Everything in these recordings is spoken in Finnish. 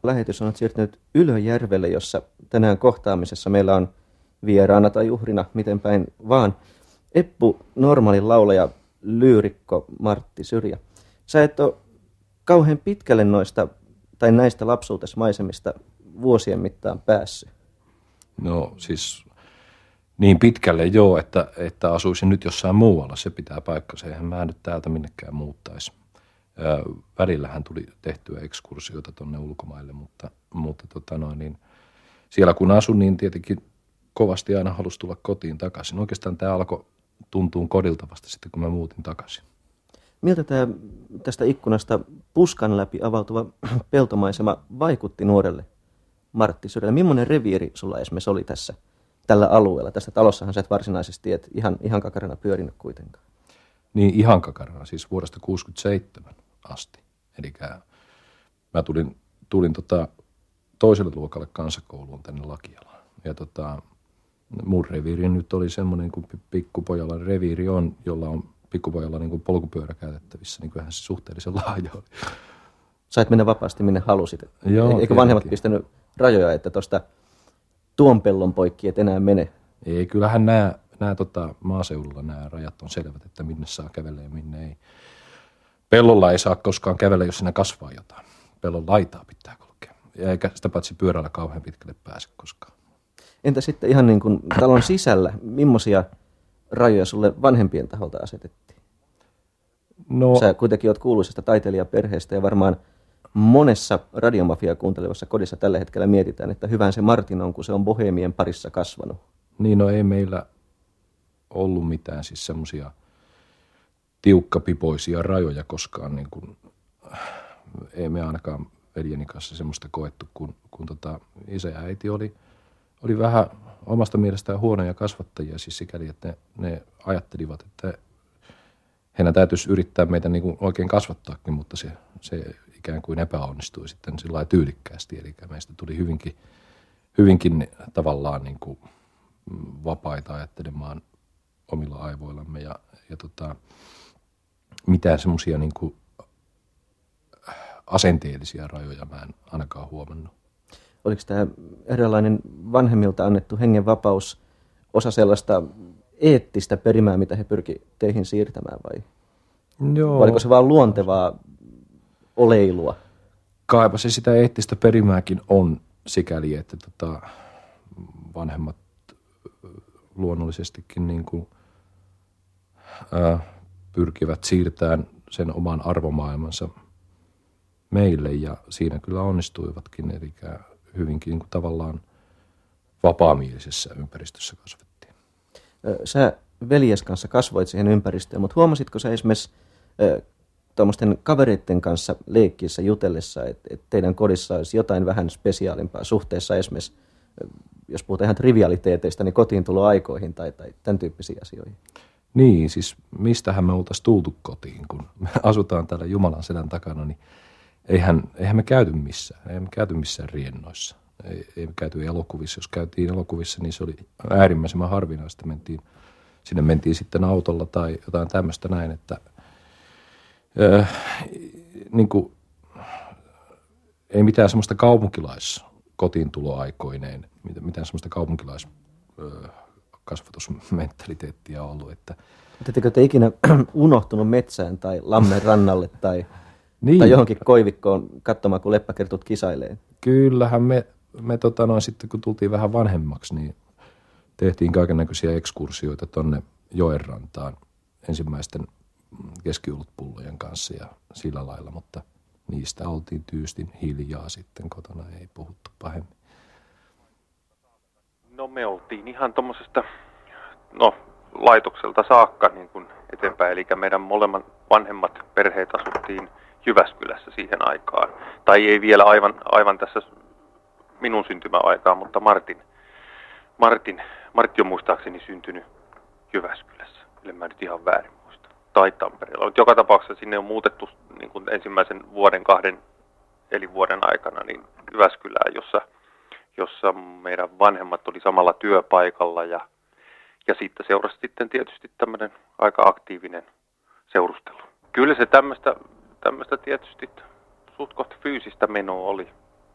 lähetys on siirtynyt Ylöjärvelle, jossa tänään kohtaamisessa meillä on vieraana tai uhrina, miten päin vaan, Eppu Normaalin laulaja, lyyrikko Martti Syrjä. Sä et ole kauhean pitkälle näistä lapsuutesi maisemista vuosien mittaan päässyt. No siis niin pitkälle joo, että asuisin nyt jossain muualla, se pitää paikkansa. Eihän mä nyt täältä minnekään muuttaisi. Välillähän tuli tehtyä ekskursioita tonne ulkomaille, mutta siellä kun asun, niin tietenkin kovasti aina halusi tulla kotiin takaisin. Oikeastaan tämä alkoi tuntua kodilta vasta sitten, kun mä muutin takaisin. Miltä tästä ikkunasta puskan läpi avautuva peltomaisema vaikutti nuorelle Martti Syrjälle? Millainen reviiri sulla esimerkiksi oli tällä alueella? Tässä talossahan sä et varsinaisesti ihan kakarana pyörinyt kuitenkaan. Niin ihan kakarana, siis vuodesta 1967 asti. Eli mä tulin toiselle luokalle kansakouluun tänne Lakialaan. Ja mun reviiri nyt oli semmoinen kuin pikkupojalla reviiri on, jolla on pikkupojalla niin kuin polkupyörä käytettävissä, niin kyllähän se suhteellisen laaja oli. Sait mennä vapaasti minne halusit. Joo, eikö vanhemmat pistänyt rajoja, että tuosta tuon pellon poikki et enää mene? Ei, kyllähän nämä maaseudulla nämä rajat on selvät, että minne saa kävellä ja minne ei. Pellolla ei saa koskaan kävellä, jos siinä kasvaa jotain. Pellon laitaa pitää kulkea. Eikä sitä paitsi pyörällä kauhean pitkälle pääse koskaan. Entä sitten ihan niin kuin talon sisällä, millaisia rajoja sulle vanhempien taholta asetettiin? No, sä kuitenkin oot kuuluisesta taiteilijaperheestä ja varmaan monessa radiomafiaa kuuntelevassa kodissa tällä hetkellä mietitään, että hyvän se Martin on, kun se on bohemien parissa kasvanut. Niin, no ei meillä ollut mitään siis semmoisia tiukkapipoisia rajoja koskaan, niin kuin, ei me ainakaan veljeni kanssa semmoista koettu, kun isä ja äiti oli vähän omasta mielestään huonoja kasvattajia, siis sikäli, että ne ajattelivat, että heidän täytyisi yrittää meitä niin kuin oikein kasvattaakin, mutta se ikään kuin epäonnistui sitten sillä lailla tyylikkäästi, eli meistä tuli hyvinkin tavallaan niin kuin vapaita ajattelemaan omilla aivoillamme ja mitään semmoisia niin kuin asenteellisia rajoja mä en ainakaan huomannut. Oliko tämä erilainen vanhemmilta annettu hengenvapaus osa sellaista eettistä perimää, mitä he pyrki teihin siirtämään vai? Joo. Vai oliko se vaan luontevaa oleilua? Kaipa se sitä eettistä perimääkin on sikäli, että vanhemmat luonnollisestikin niin kuin, pyrkivät siirtämään sen oman arvomaailmansa meille ja siinä kyllä onnistuivatkin, eli hyvinkin niin kuin tavallaan vapaamielisessä ympäristössä kasvettiin. Sä veljes kanssa kasvoit siihen ympäristöön, mutta huomasitko sä esimerkiksi tuommoisten kavereiden kanssa leikkiessä jutellessa, että teidän kodissa olisi jotain vähän spesiaalimpaa suhteessa esimerkiksi, jos puhutaan ihan trivialiteeteista, niin kotiin tuloaikoihin tai tämän tyyppisiä asioihin? Niin, siis mistähän me oltaisiin tultu kotiin, kun me asutaan täällä Jumalan selän takana, niin eihän me käyty missään. Eihän me käyty missään riennoissa. Ei me käyty elokuvissa. Jos käytiin elokuvissa, niin se oli äärimmäisen harvinaista. Sinne mentiin sitten autolla tai jotain tämmöistä näin, että niin kuin, ei mitään semmoista kaupunkilaiskotiin tuloaikoineen, mitään semmoista kaupunkilaiskasvatusmentaliteettia ollut. Ettekö te ikinä unohtunut metsään tai lammen rannalle tai johonkin koivikkoon katsomaan, kun leppäkertut kisailee? Kyllähän me sitten kun tultiin vähän vanhemmaksi, niin tehtiin kaikennäköisiä ekskursioita tonne joenrantaan ensimmäisten keskiolutpullojen kanssa ja sillä lailla, mutta niistä oltiin tyystin hiljaa sitten kotona, ei puhuttu pahemmin. No me oltiin ihan tuommoisesta, laitokselta saakka niin kuin eteenpäin, eli meidän molemmat vanhemmat perheet asuttiin Jyväskylässä siihen aikaan. Tai ei vielä aivan tässä minun syntymäaikaan, mutta Martti on muistaakseni syntynyt Jyväskylässä, ellei mä nyt ihan väärin muista, tai Tampereella. Mutta joka tapauksessa sinne on muutettu niin kuin ensimmäisen vuoden, 2 elinvuoden aikana niin Jyväskylään, jossa meidän vanhemmat oli samalla työpaikalla ja siitä seurasi sitten tietysti tämmöinen aika aktiivinen seurustelu. Kyllä se tämmöistä tietysti suht kohta fyysistä menoa oli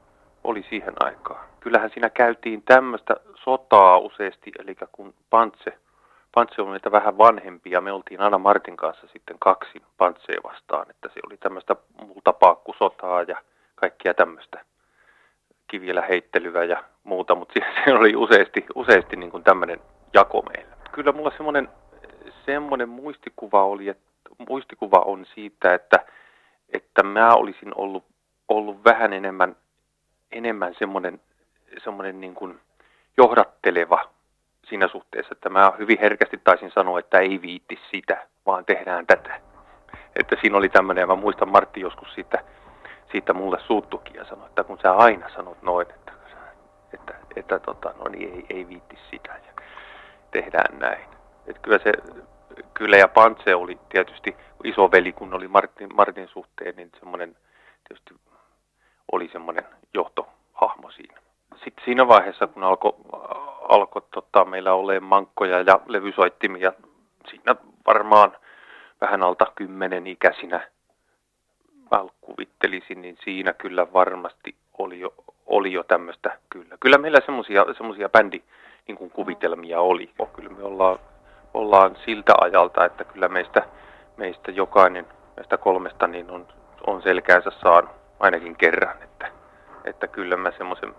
oli siihen aikaan. Kyllähän siinä käytiin tämmöistä sotaa useasti, eli kun Pantse oli meitä vähän vanhempia, me oltiin aina Martin kanssa sitten kaksin Pantsea vastaan, että se oli tämmöistä multapaakkusotaa ja kaikkia tämmöistä kivillä heittelyä ja muuta, mutta se oli useasti niin kuin tämmöinen jako meillä. Kyllä mulla semmoinen muistikuva on siitä, että mä olisin ollut vähän enemmän semmoinen niin kuin johdatteleva siinä suhteessa, että mä hyvin herkästi taisin sanoa, että ei viitti sitä, vaan tehdään tätä. Että siinä oli tämmöinen, ja mä muistan Martti joskus siitä mulle suuttukin ja sanoi, että kun sä aina sanot noin, että ei viitti sitä ja tehdään näin. Että kyllä ja Pantse oli tietysti isoveli, kun oli Martin suhteen, niin semmoinen tietysti oli semmoinen johtohahmo siinä. Sitten siinä vaiheessa, kun alkoi meillä olemaan mankkoja ja levysoittimia, siinä varmaan vähän alta 10 ikäisinä mä kuvittelisin, niin siinä kyllä varmasti oli jo tämmöistä kyllä. Kyllä meillä semmoisia bändi niin kuin kuvitelmia oli. Kyllä me ollaan siltä ajalta, että kyllä meistä jokainen meistä kolmesta niin on selkäänsä saanut ainakin kerran, että kyllä mä semmoisen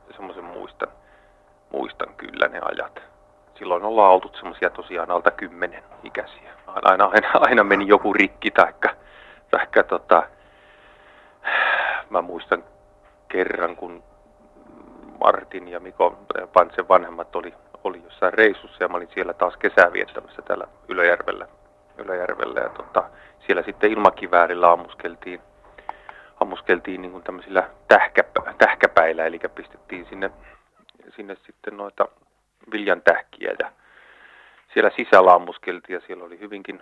muistan kyllä ne ajat. Silloin ollaan oltu semmoisia tosiaan alta 10 ikäisiä. Aina meni joku rikki taikka mä muistan kerran, kun Martin ja Mikko Pantsen vanhemmat oli jossain reissussa ja mä olin siellä taas kesää viettämässä täällä Ylöjärvellä ja siellä sitten ilmakiväärillä ammuskeltiin niin kuin tämmöisillä tähkäpäillä, eli pistettiin sinne sitten noita viljan tähkiä ja siellä sisällä ammuskeltiin ja siellä oli hyvinkin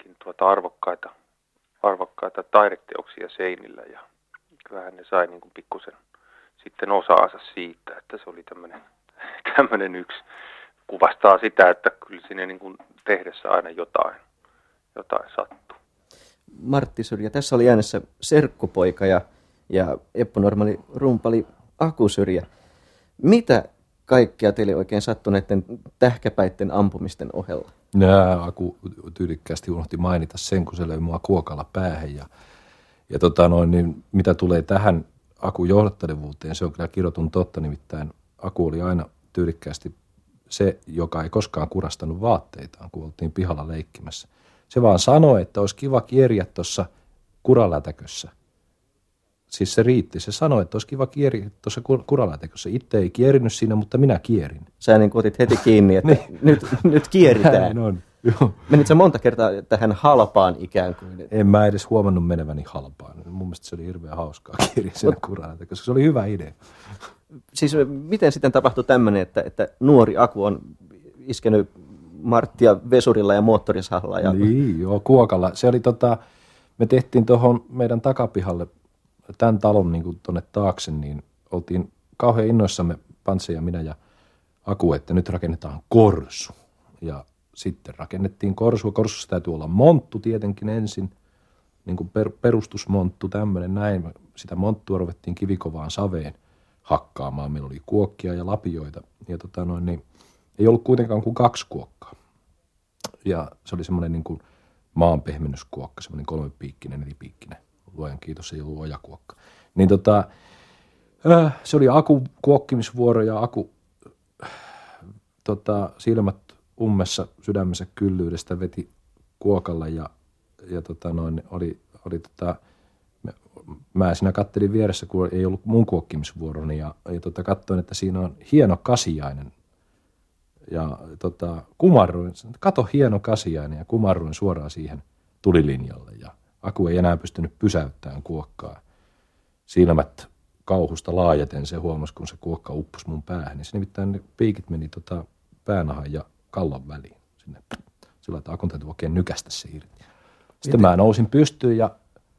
arvokkaita taideteoksia seinillä ja kyllähän ne sai niin kuin pikkusen sitten osaansa siitä, että se oli tämmöinen yksi, kuvastaa sitä, että kyllä sinne niin kuin tehdessä aina jotain sattuu. Martti Syrjä, tässä oli äänessä serkkupoika ja Eppu Normaali rumpali Aku Syrjä. Mitä kaikkea teille oikein sattui näiden tähkäpäitten ampumisten ohella? Aku tyylikkäästi unohti mainita sen, kun se löi mua kuokalla päähän. Niin mitä tulee tähän Akun johdattelevuuteen, se on kyllä kirjoitun totta, nimittäin Aku oli aina tyylikkäästi se, joka ei koskaan kurastanut vaatteitaan, kun oltiin pihalla leikkimässä. Se vaan sanoi, että olisi kiva kieriä tuossa kuralätäkössä. Siis se riitti. Se sanoi, että olisi kiva kieriä tuossa kuralätäkössä. Itse ei kierinyt siinä, mutta minä kierin. Sä niin otit heti kiinni, että nyt kieritään. Näin on. Joo. Menitkö monta kertaa tähän halpaan ikään kuin? En mä edes huomannut meneväni halpaan. Mun mielestä se oli hirveän hauskaa kieriä siinä kuralätäkössä, koska se oli hyvä idea. Siis miten sitten tapahtui tämmöinen, että nuori Aku on iskenyt Marttia vesurilla ja moottorisahalla? Niin, joo, kuokalla. Se oli me tehtiin tuohon meidän takapihalle tämän talon niin tuonne taakse, niin oltiin kauhean innoissamme, Pantse ja minä ja Aku, että nyt rakennetaan korsu. Ja sitten rakennettiin korsua. Korsussa täytyy olla monttu tietenkin ensin, niin kuin perustusmonttu, tämmöinen näin. Sitä monttua ruvettiin kivikovaan saveen hakkaamaan. Meillä oli kuokkia ja lapioita. Ja niin ei ollut kuitenkaan kuin 2 kuokkaa. Ja se oli semmoinen niin kuin maanpehmennyskuokka, semmoinen 3-piikkinen, 4-piikkinen. Luojan kiitos, ei ollut ojakuokka. Niin se oli Akun kuokkimisvuoro ja Aku silmät ummessa sydämensä kyllyydestä veti kuokalla ja mä siinä kattelin vieressä, kun ei ollut mun kuokkimisvuoroni ja katsoin, että siinä on hieno kasiainen ja kumarruin, kato hieno kasiainen ja kumarruin suoraan siihen tulilinjalle ja Aku ei enää pystynyt pysäyttämään kuokkaa. Silmät kauhusta laajaten se huomasi, kun se kuokka upposi mun päähän. Niin se nimittäin ne piikit meni päänahan ja kallon väliin. Sinne. Sillä että Akun täytyy oikein nykästä se irti. Sitten mä nousin pystyyn ja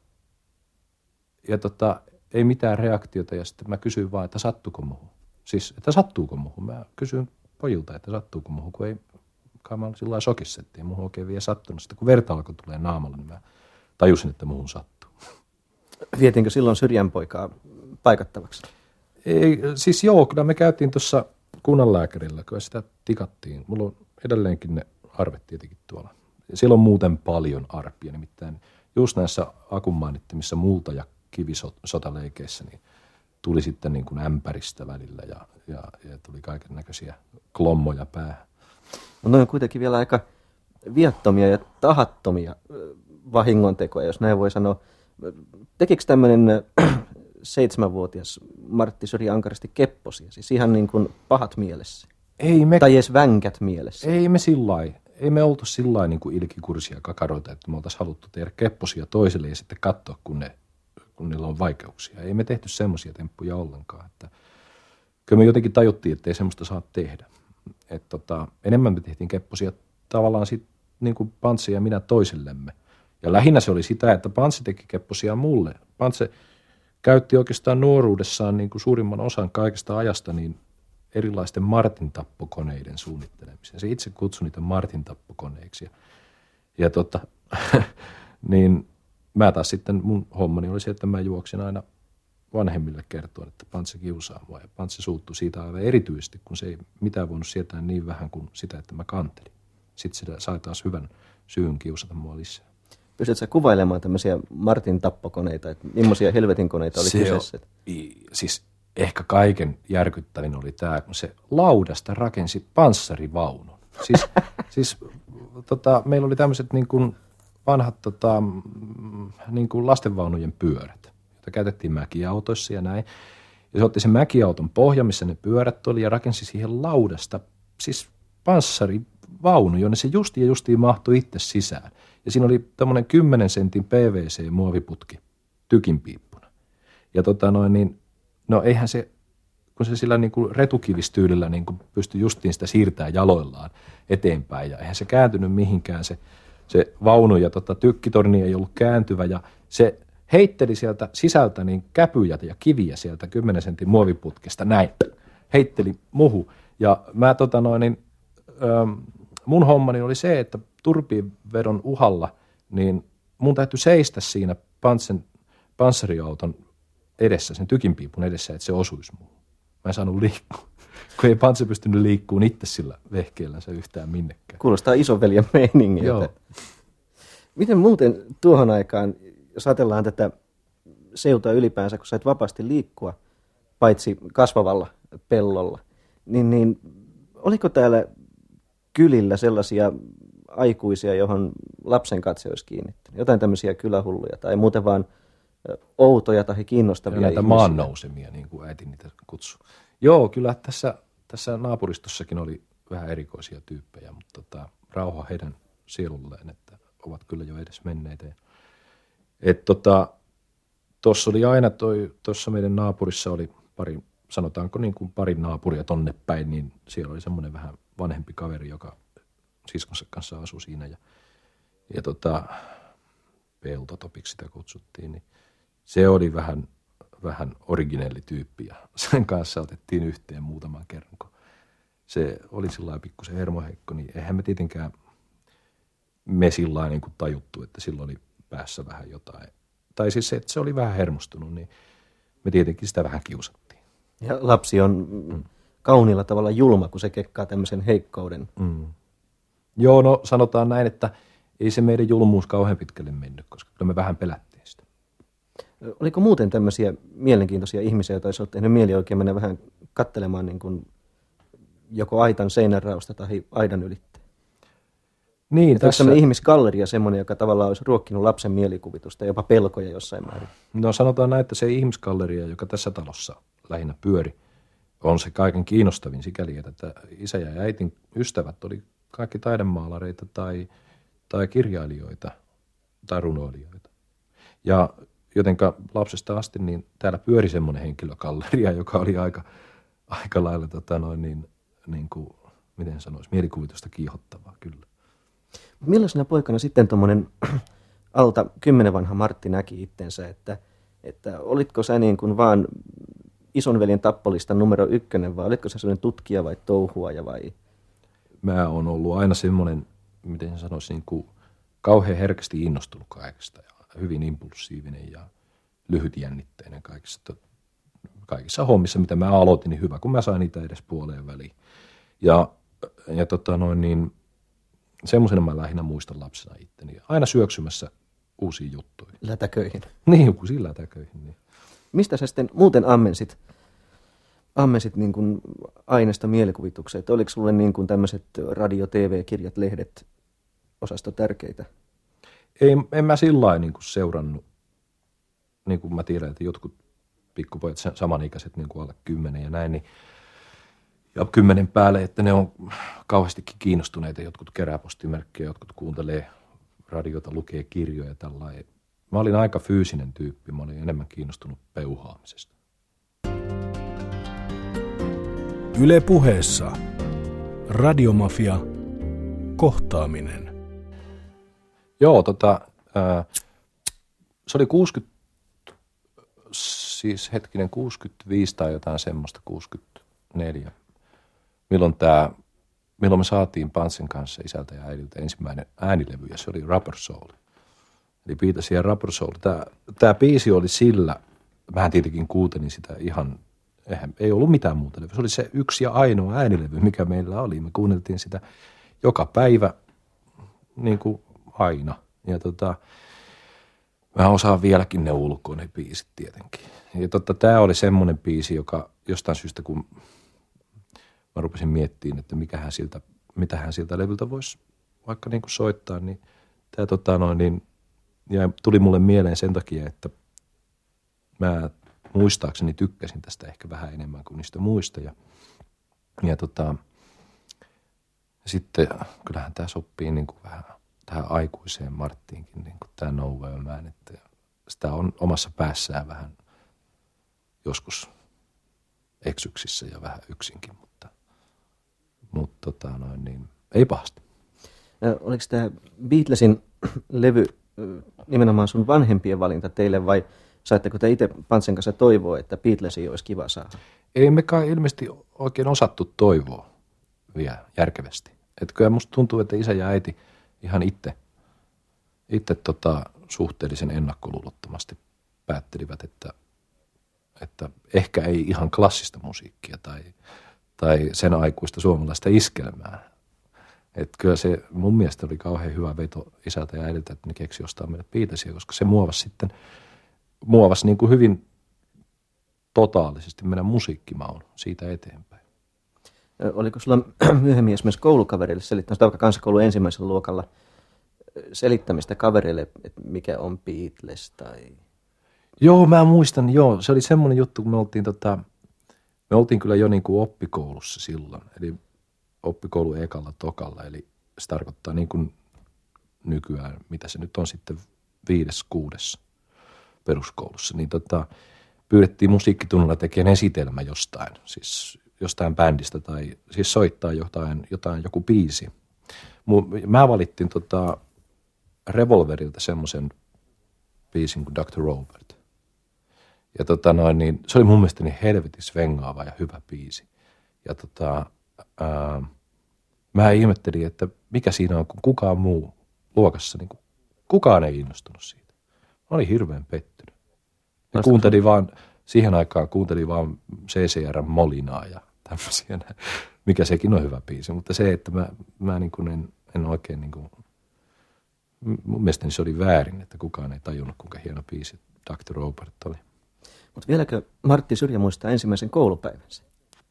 ei mitään reaktiota. Ja sitten mä kysyin vaan, että sattuuko muuhun. Siis, että sattuuko muuhun. Mä kysyin pojilta, että sattuuko muuhun, kun ei kai mä olin sillä lailla shokissa, että ei muuhun oikein vielä sattunut. Sitten kun verta alkoi tulee naamalle, niin mä tajusin, että muuhun sattuu. Vietinkö silloin Syrjänpoikaa paikattavaksi? Ei, siis joo, kyllä me käytiin tuossa kunnanlääkärillä, kyllä sitä tikattiin. Mulla on edelleenkin ne arvet tietenkin tuolla. Siellä on muuten paljon arpia, nimittäin just näissä Akun mainittimissa multa- ja kivisotaleikeissä niin tuli sitten niin kuin ämpäristä välillä ja tuli kaiken näköisiä klommoja päähän. No ne on kuitenkin vielä aika viattomia ja tahattomia vahingontekoja, jos näin voi sanoa. Tekikö tämmöinen 7-vuotias Martti Syrjä ankarasti kepposia, siis ihan niin kuin pahat mielessä? Tai edes vänkät mielessä? Ei me oltu sillai niin kuin ilkikurisia kakaroita, että me oltaisiin haluttu tehdä kepposia toiselle ja sitten katsoa, kun niillä on vaikeuksia. Ei me tehty semmoisia temppuja ollenkaan. Että kyllä me jotenkin tajuttiin, että ei semmoista saa tehdä. Enemmän me tehtiin kepposia tavallaan sit, niin kuin Pantse ja minä toisillemme. Ja lähinnä se oli sitä, että Pantse teki kepposia mulle. Pantse käytti oikeastaan nuoruudessaan niin kuin suurimman osan kaikesta ajasta niin erilaisten Martin-tappokoneiden suunnittelemiseen. Se itse kutsui niitä Martin-tappokoneiksi. Ja niin mä taas sitten, mun hommani oli se, että mä juoksin aina vanhemmille kertoa, että Pantse kiusaa mua. Ja Pantse suuttui siitä aivan erityisesti, kun se ei mitään voinut sietää niin vähän kuin sitä, että mä kantelin. Sitten sitä sai taas hyvän syyn kiusata mua lisää. Pystytkö kuvailemaan tämmöisiä Martin tappokoneita, että millaisia helvetin koneita oli kyseessä? Siis ehkä kaiken järkyttävin oli tämä, kun se laudasta rakensi panssarivaunun. Meillä oli tämmöiset niin kuin vanhat niin kuin lastenvaunujen pyörät, joita käytettiin mäkiautoissa ja näin. Ja se otti sen mäkiauton pohja, missä ne pyörät oli, ja rakensi siihen laudasta, siis panssarivaunu, jonne se justiin mahtui itse sisään. Ja siinä oli tämmöinen 10 sentin PVC-muoviputki tykinpiippuna. Ja no eihän se, kun se sillä niin kuin retukivistyylillä niin kuin pystyi justiin sitä siirtämään jaloillaan eteenpäin, ja eihän se kääntynyt mihinkään se vaunu, ja tykkitorni ei ollut kääntyvä, ja se heitteli sieltä sisältä niin käpyjä ja kiviä sieltä 10 sentin muoviputkesta, näin, heitteli muhu. Ja mä mun hommani oli se, että turpiinvedon uhalla, niin mun täytyy seistä siinä panssariauton edessä, sen tykinpiipun edessä, että se osuisi muuhun. Mä en saanut liikkua, kun ei Pantse pystynyt liikkumaan itse sillä vehkeellänsä yhtään minnekään. Kuulostaa isonveljen meiningiltä. Joo. Miten muuten tuohon aikaan, jos ajatellaan tätä seutua ylipäänsä, kun sait vapaasti liikkua, paitsi kasvavalla pellolla, niin oliko täällä kylillä sellaisia aikuisia, johon lapsen katse olisi kiinnittänyt? Jotain tämmöisiä kylähulluja tai muuten vaan outoja tai kiinnostavia ja näitä ihmisiä. Maannousemia, niin kuin äiti niitä kutsui. Joo, kyllä tässä naapuristossakin oli vähän erikoisia tyyppejä, mutta rauha heidän sielulleen, että ovat kyllä jo edes menneitä. Tuossa oli aina tuossa meidän naapurissa oli sanotaanko niin kuin pari naapuria tonne päin, niin siellä oli semmoinen vähän vanhempi kaveri, joka siskonsa kanssa asui siinä ja Peltotopiksi sitä kutsuttiin, niin se oli vähän originelli tyyppi ja sen kanssa otettiin yhteen muutaman kerran, kun se oli sillain pikkusen hermoheikko, niin eihän me tietenkään me sillain niin kuin tajuttu, että sillä oli päässä vähän jotain. Tai siis se, että se oli vähän hermostunut, niin me tietenkin sitä vähän kiusattiin. Ja lapsi on kauniilla tavalla julma, kun se kekkaa tämmöisen heikkouden. Joo, no sanotaan näin, että ei se meidän julmuus kauhean pitkälle mennyt, koska kyllä me vähän pelättiin sitä. Oliko muuten tämmöisiä mielenkiintoisia ihmisiä, joita olisi tehnyt mieli oikein mennä vähän katselemaan niin kuin joko aitan seinänrausta tai aidan ylitteen? Niin, tässä on ihmisgalleria semmoinen, joka tavallaan olisi ruokkinut lapsen mielikuvitusta, jopa pelkoja jossain määrin. No sanotaan näin, että se ihmisgalleria, joka tässä talossa lähinnä pyöri, on se kaiken kiinnostavin sikäli, että isä ja äitin ystävät oli kaikki taidemaalareita tai kirjailijoita tai runoilijoita. Ja jotenka lapsesta asti niin täällä pyöri semmoinen henkilögalleria, joka oli aika lailla niin kuin, miten sanoisi, mielikuvitusta kiihottavaa kyllä. Millaisena poikana sitten tuommoinen alta 10 vanha Martti näki itsensä, että olitko sä niin kuin vaan isonveljen tappolistan numero 1, vai olitko sä sellainen tutkija vai touhuaja vai? Mä oon ollut aina semmoinen, miten sanoisi, niin kuin kauhean herkästi innostunut kaikesta ja hyvin impulsiivinen ja lyhytjännitteinen kaikissa hommissa, mitä mä aloitin, niin hyvä, kun mä sain niitä edes puoleen väliin. Ja niin semmoisena mä lähinnä muistan lapsena itteni. Aina syöksymässä uusiin juttuihin. Lätäköihin. Niin, kun sillä lätäköihin. Niin. Mistä sä sitten muuten ammensit niin kuin aineesta mielikuvitukseen? Oliko sulle niin kuin tämmöiset radio, TV, kirjat, lehdet osasto tärkeitä? En mä sillä lailla niin kuin seurannut. Niin kuin mä tiedän, että jotkut pikkupojat samanikäiset niin kuin alle 10 ja näin, niin, ja 10 päälle, että ne on kauheastikin kiinnostuneita. Jotkut kerää postimerkkejä, jotkut kuuntelee radiota, lukee kirjoja tällainen. Mä olin aika fyysinen tyyppi, mä olin enemmän kiinnostunut peuhaamisesta. Yle Puheessa Radiomafia kohtaaminen. Joo, se oli 65 tai jotain semmoista, 64. Milloin me saatiin Pantsen kanssa isältä ja äidiltä ensimmäinen äänilevy, ja se oli Rubber Soul. Eli Beatlesin ja Rubber Soul. Tämä biisi oli sillä, mähän tietenkin kuuntelin sitä ihan, ei ollut mitään muuta levyä. Se oli se yksi ja ainoa äänilevy, mikä meillä oli. Me kuunneltiin sitä joka päivä, niin kuin aina. Ja mä osaan vieläkin ne ulkoa, ne biisit tietenkin. Ja tämä oli semmoinen biisi, joka jostain syystä, kun mä rupesin miettimään, että mitähän siltä levyltä voisi vaikka niin kuin soittaa, niin tämä ja tuli mulle mieleen sen takia, että mä muistaakseni tykkäsin tästä ehkä vähän enemmän kuin niistä muista. Ja sitten kyllähän tämä sopii niin kuin vähän tähän aikuiseen Marttiinkin, niin kuin tämä Nowhere Man, että sitä on omassa päässään vähän joskus eksyksissä ja vähän yksinkin, mutta niin ei pahasti. Oliko tämä Beatlesin levy nimenomaan sun vanhempien valinta teille vai saitteko te itse Pantsen kanssa toivoa, että Beatlesia olisi kiva saada? Ei me kai ilmeisesti oikein osattu toivoa vielä järkevästi. Että kyllä musta tuntuu, että isä ja äiti ihan itse suhteellisen ennakkoluulottomasti päättelivät, että ehkä ei ihan klassista musiikkia tai sen aikuista suomalaista iskelmää. Että kyllä se mun mielestä oli kauhean hyvä veto isältä ja äidiltä, että ne keksi ostaa meille Beatlesia, koska se muovasi niin kuin hyvin totaalisesti meidän musiikkimaun siitä eteenpäin. Oliko sulla myöhemmin esimerkiksi koulukavereille selittämistä, vaikka kansakoulun ensimmäisellä luokalla selittämistä kavereille, että mikä on Beatles tai... Joo, mä muistan, se oli semmoinen juttu, kun me oltiin kyllä jo niin kuin oppikoulussa silloin, eli oppikoulu ekalla tokalla, eli se tarkoittaa niin kuin nykyään, mitä se nyt on sitten 5.–6. peruskoulussa, niin pyydettiin musiikkitunnilla tekemään esitelmä jostain bändistä tai siis soittaa joku biisi. Mä valittiin Revolverilta semmoisen biisin kuin Dr. Robert. Ja niin se oli mun mielestä niin helvetin svengaava ja hyvä biisi. Ja mä ihmettelin, että mikä siinä on, kun kukaan muu luokassa, niin kukaan ei innostunut siitä. Mä olin hirveän pettynyt. Ja siihen aikaan kuuntelin vaan CCR Molinaa ja tämmöisiä, mikä sekin on hyvä biisi. Mutta se, että mä niin kuin en oikein, niin kuin, mun mielestäni se oli väärin, että kukaan ei tajunnut, kuinka hieno biisi Dr. Robert oli. Mutta vieläkö Martti Syrjä muistaa ensimmäisen koulupäivänsä?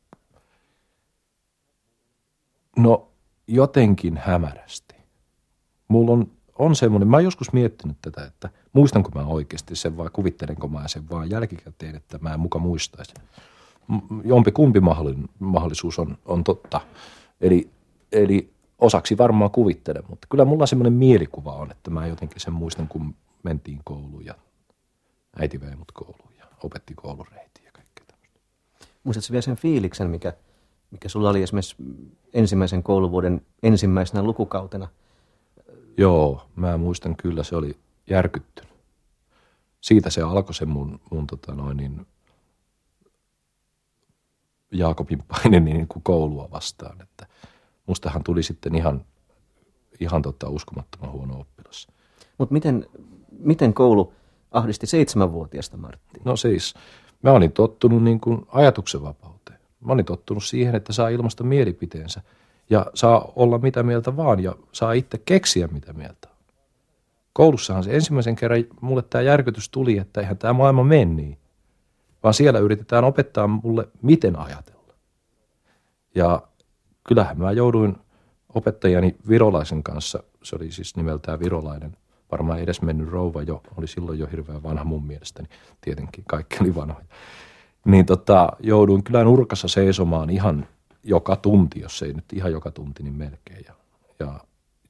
No jotenkin hämärästi. Mulla on semmoinen, mä oon joskus miettinyt tätä, että muistanko mä oikeasti sen vai kuvittelenko mä sen vaan jälkikäteen, että mä en muka muistaisi. Jompikumpi mahdollisuus on totta. Eli osaksi varmaan kuvittelen, mutta kyllä mulla semmoinen mielikuva on, että mä jotenkin sen muistan, kun mentiin kouluun ja äiti vei mut kouluun ja opetti koulureitiin ja kaikkea tämmöistä. Muistatko vielä sen fiiliksen, mikä sulla oli esimerkiksi ensimmäisen kouluvuoden ensimmäisenä lukukautena? Joo, mä muistan kyllä, se oli järkyttynyt. Siitä se alkoi se mun Jaakobin paine niin kuin koulua vastaan, että mustahan tuli sitten ihan uskomattoman huono oppilas. Mutta miten koulu ahdisti 7-vuotiaasta Marttia? No siis, Mä olin tottunut niin kuin ajatuksenvapauteen. Mä olin tottunut siihen, että saa ilmaista mielipiteensä ja saa olla mitä mieltä vaan ja saa itse keksiä mitä mieltä on. Koulussahan se ensimmäisen kerran mulle tämä järkytys tuli, että eihän tämä maailma mene niin, vaan siellä yritetään opettaa mulle, miten ajatella. Ja kyllähän mä jouduin opettajani Virolaisen kanssa, se oli siis nimeltään Virolainen, varmaan edesmennyt rouva jo, oli silloin jo hirveän vanha mun mielestäni, tietenkin kaikki oli vanhoja. Niin jouduin kyllä nurkassa seisomaan ihan joka tunti, jos ei nyt ihan joka tunti, niin melkein. Ja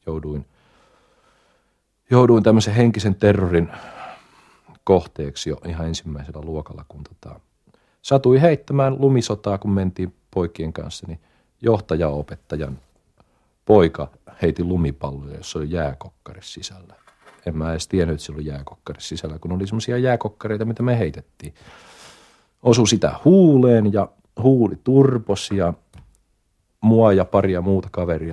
jouduin tämmöisen henkisen terrorin kohteeksi jo ihan ensimmäisellä luokalla, kun satui heittämään lumisotaa, kun mentiin poikien kanssa, niin johtajaopettajan poika heiti lumipalloja, jossa oli jääkokkari sisällä. En mä edes tiennyt, että siellä oli jääkokkari sisällä, kun oli semmoisia jääkokkareita, mitä me heitettiin. Osui sitä huuleen ja huuli turposi ja mua ja paria muuta kaveria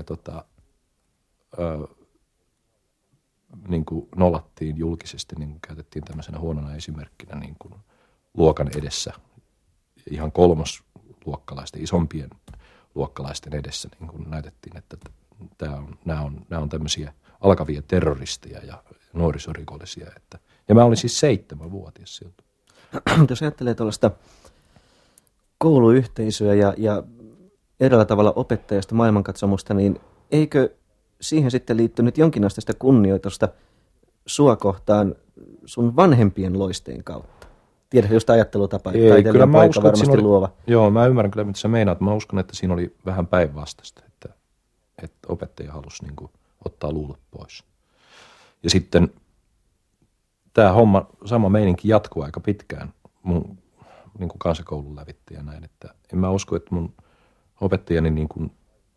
niin kuin nolattiin julkisesti, niin kuin käytettiin tämmöisenä huonona esimerkkinä niin kuin luokan edessä, ihan kolmosluokkalaisten, isompien luokkalaisten edessä, niin kuin näytettiin, että nämä on tämmöisiä alkavia terroristeja ja nuorisorikollisia. Ja mä olin siis 7-vuotias siltä. Jos ajattelee tuollaista kouluyhteisöä ja eräällä tavalla opettajasta maailmankatsomusta, niin eikö siihen sitten liittynyt jonkinasteista kunnioitusta sua kohtaan sun vanhempien loisteen kautta? Tiedätkö, just ajattelutapa, että taiteilijan poika varmasti luova. Joo, mä ymmärrän kyllä, mitä sä meinaat. Mä uskon, että siinä oli vähän päinvastaista, että opettaja halusi niin kuin ottaa luulot pois. Ja sitten tämä homma, sama meininki jatkuu aika pitkään mun niin kuin kansakoulun lävitte ja näin, että en mä usko, että mun opettajani niin kuin,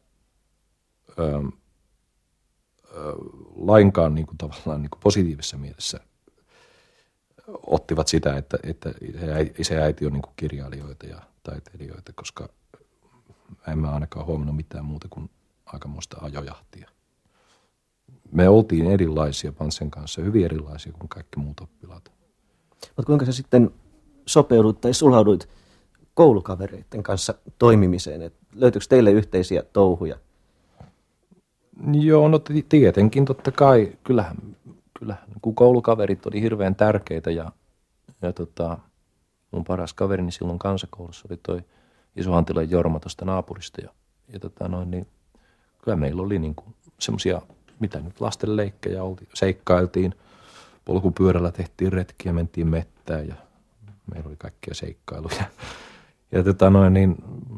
lainkaan niin kuin tavallaan niin kuin positiivisessa mielessä ottivat sitä, että isä ja äiti on niin kuin kirjailijoita ja taiteilijoita, koska en mä ainakaan huomannut mitään muuta kuin aikamoista ajojahtia. Me oltiin erilaisia Pantsen kanssa, hyvin erilaisia kuin kaikki muut oppilaat. Mutta kuinka sä sitten sopeudut tai sulhauduit koulukavereiden kanssa toimimiseen? Et löytyykö teille yhteisiä touhuja? Joo, no tietenkin totta kai. Kyllähän kun koulukaverit oli hirveän tärkeitä ja mun paras kaverini silloin kansakoulussa oli toi Iso-Antilan Jorma tuosta naapurista ja niin kyllä meillä oli niinku semmoisia, mitä nyt lasten leikkejä oltiin, seikkailtiin, polkupyörällä tehtiin retkiä, mentiin mettään ja meillä oli kaikkia seikkailuja. Ja niin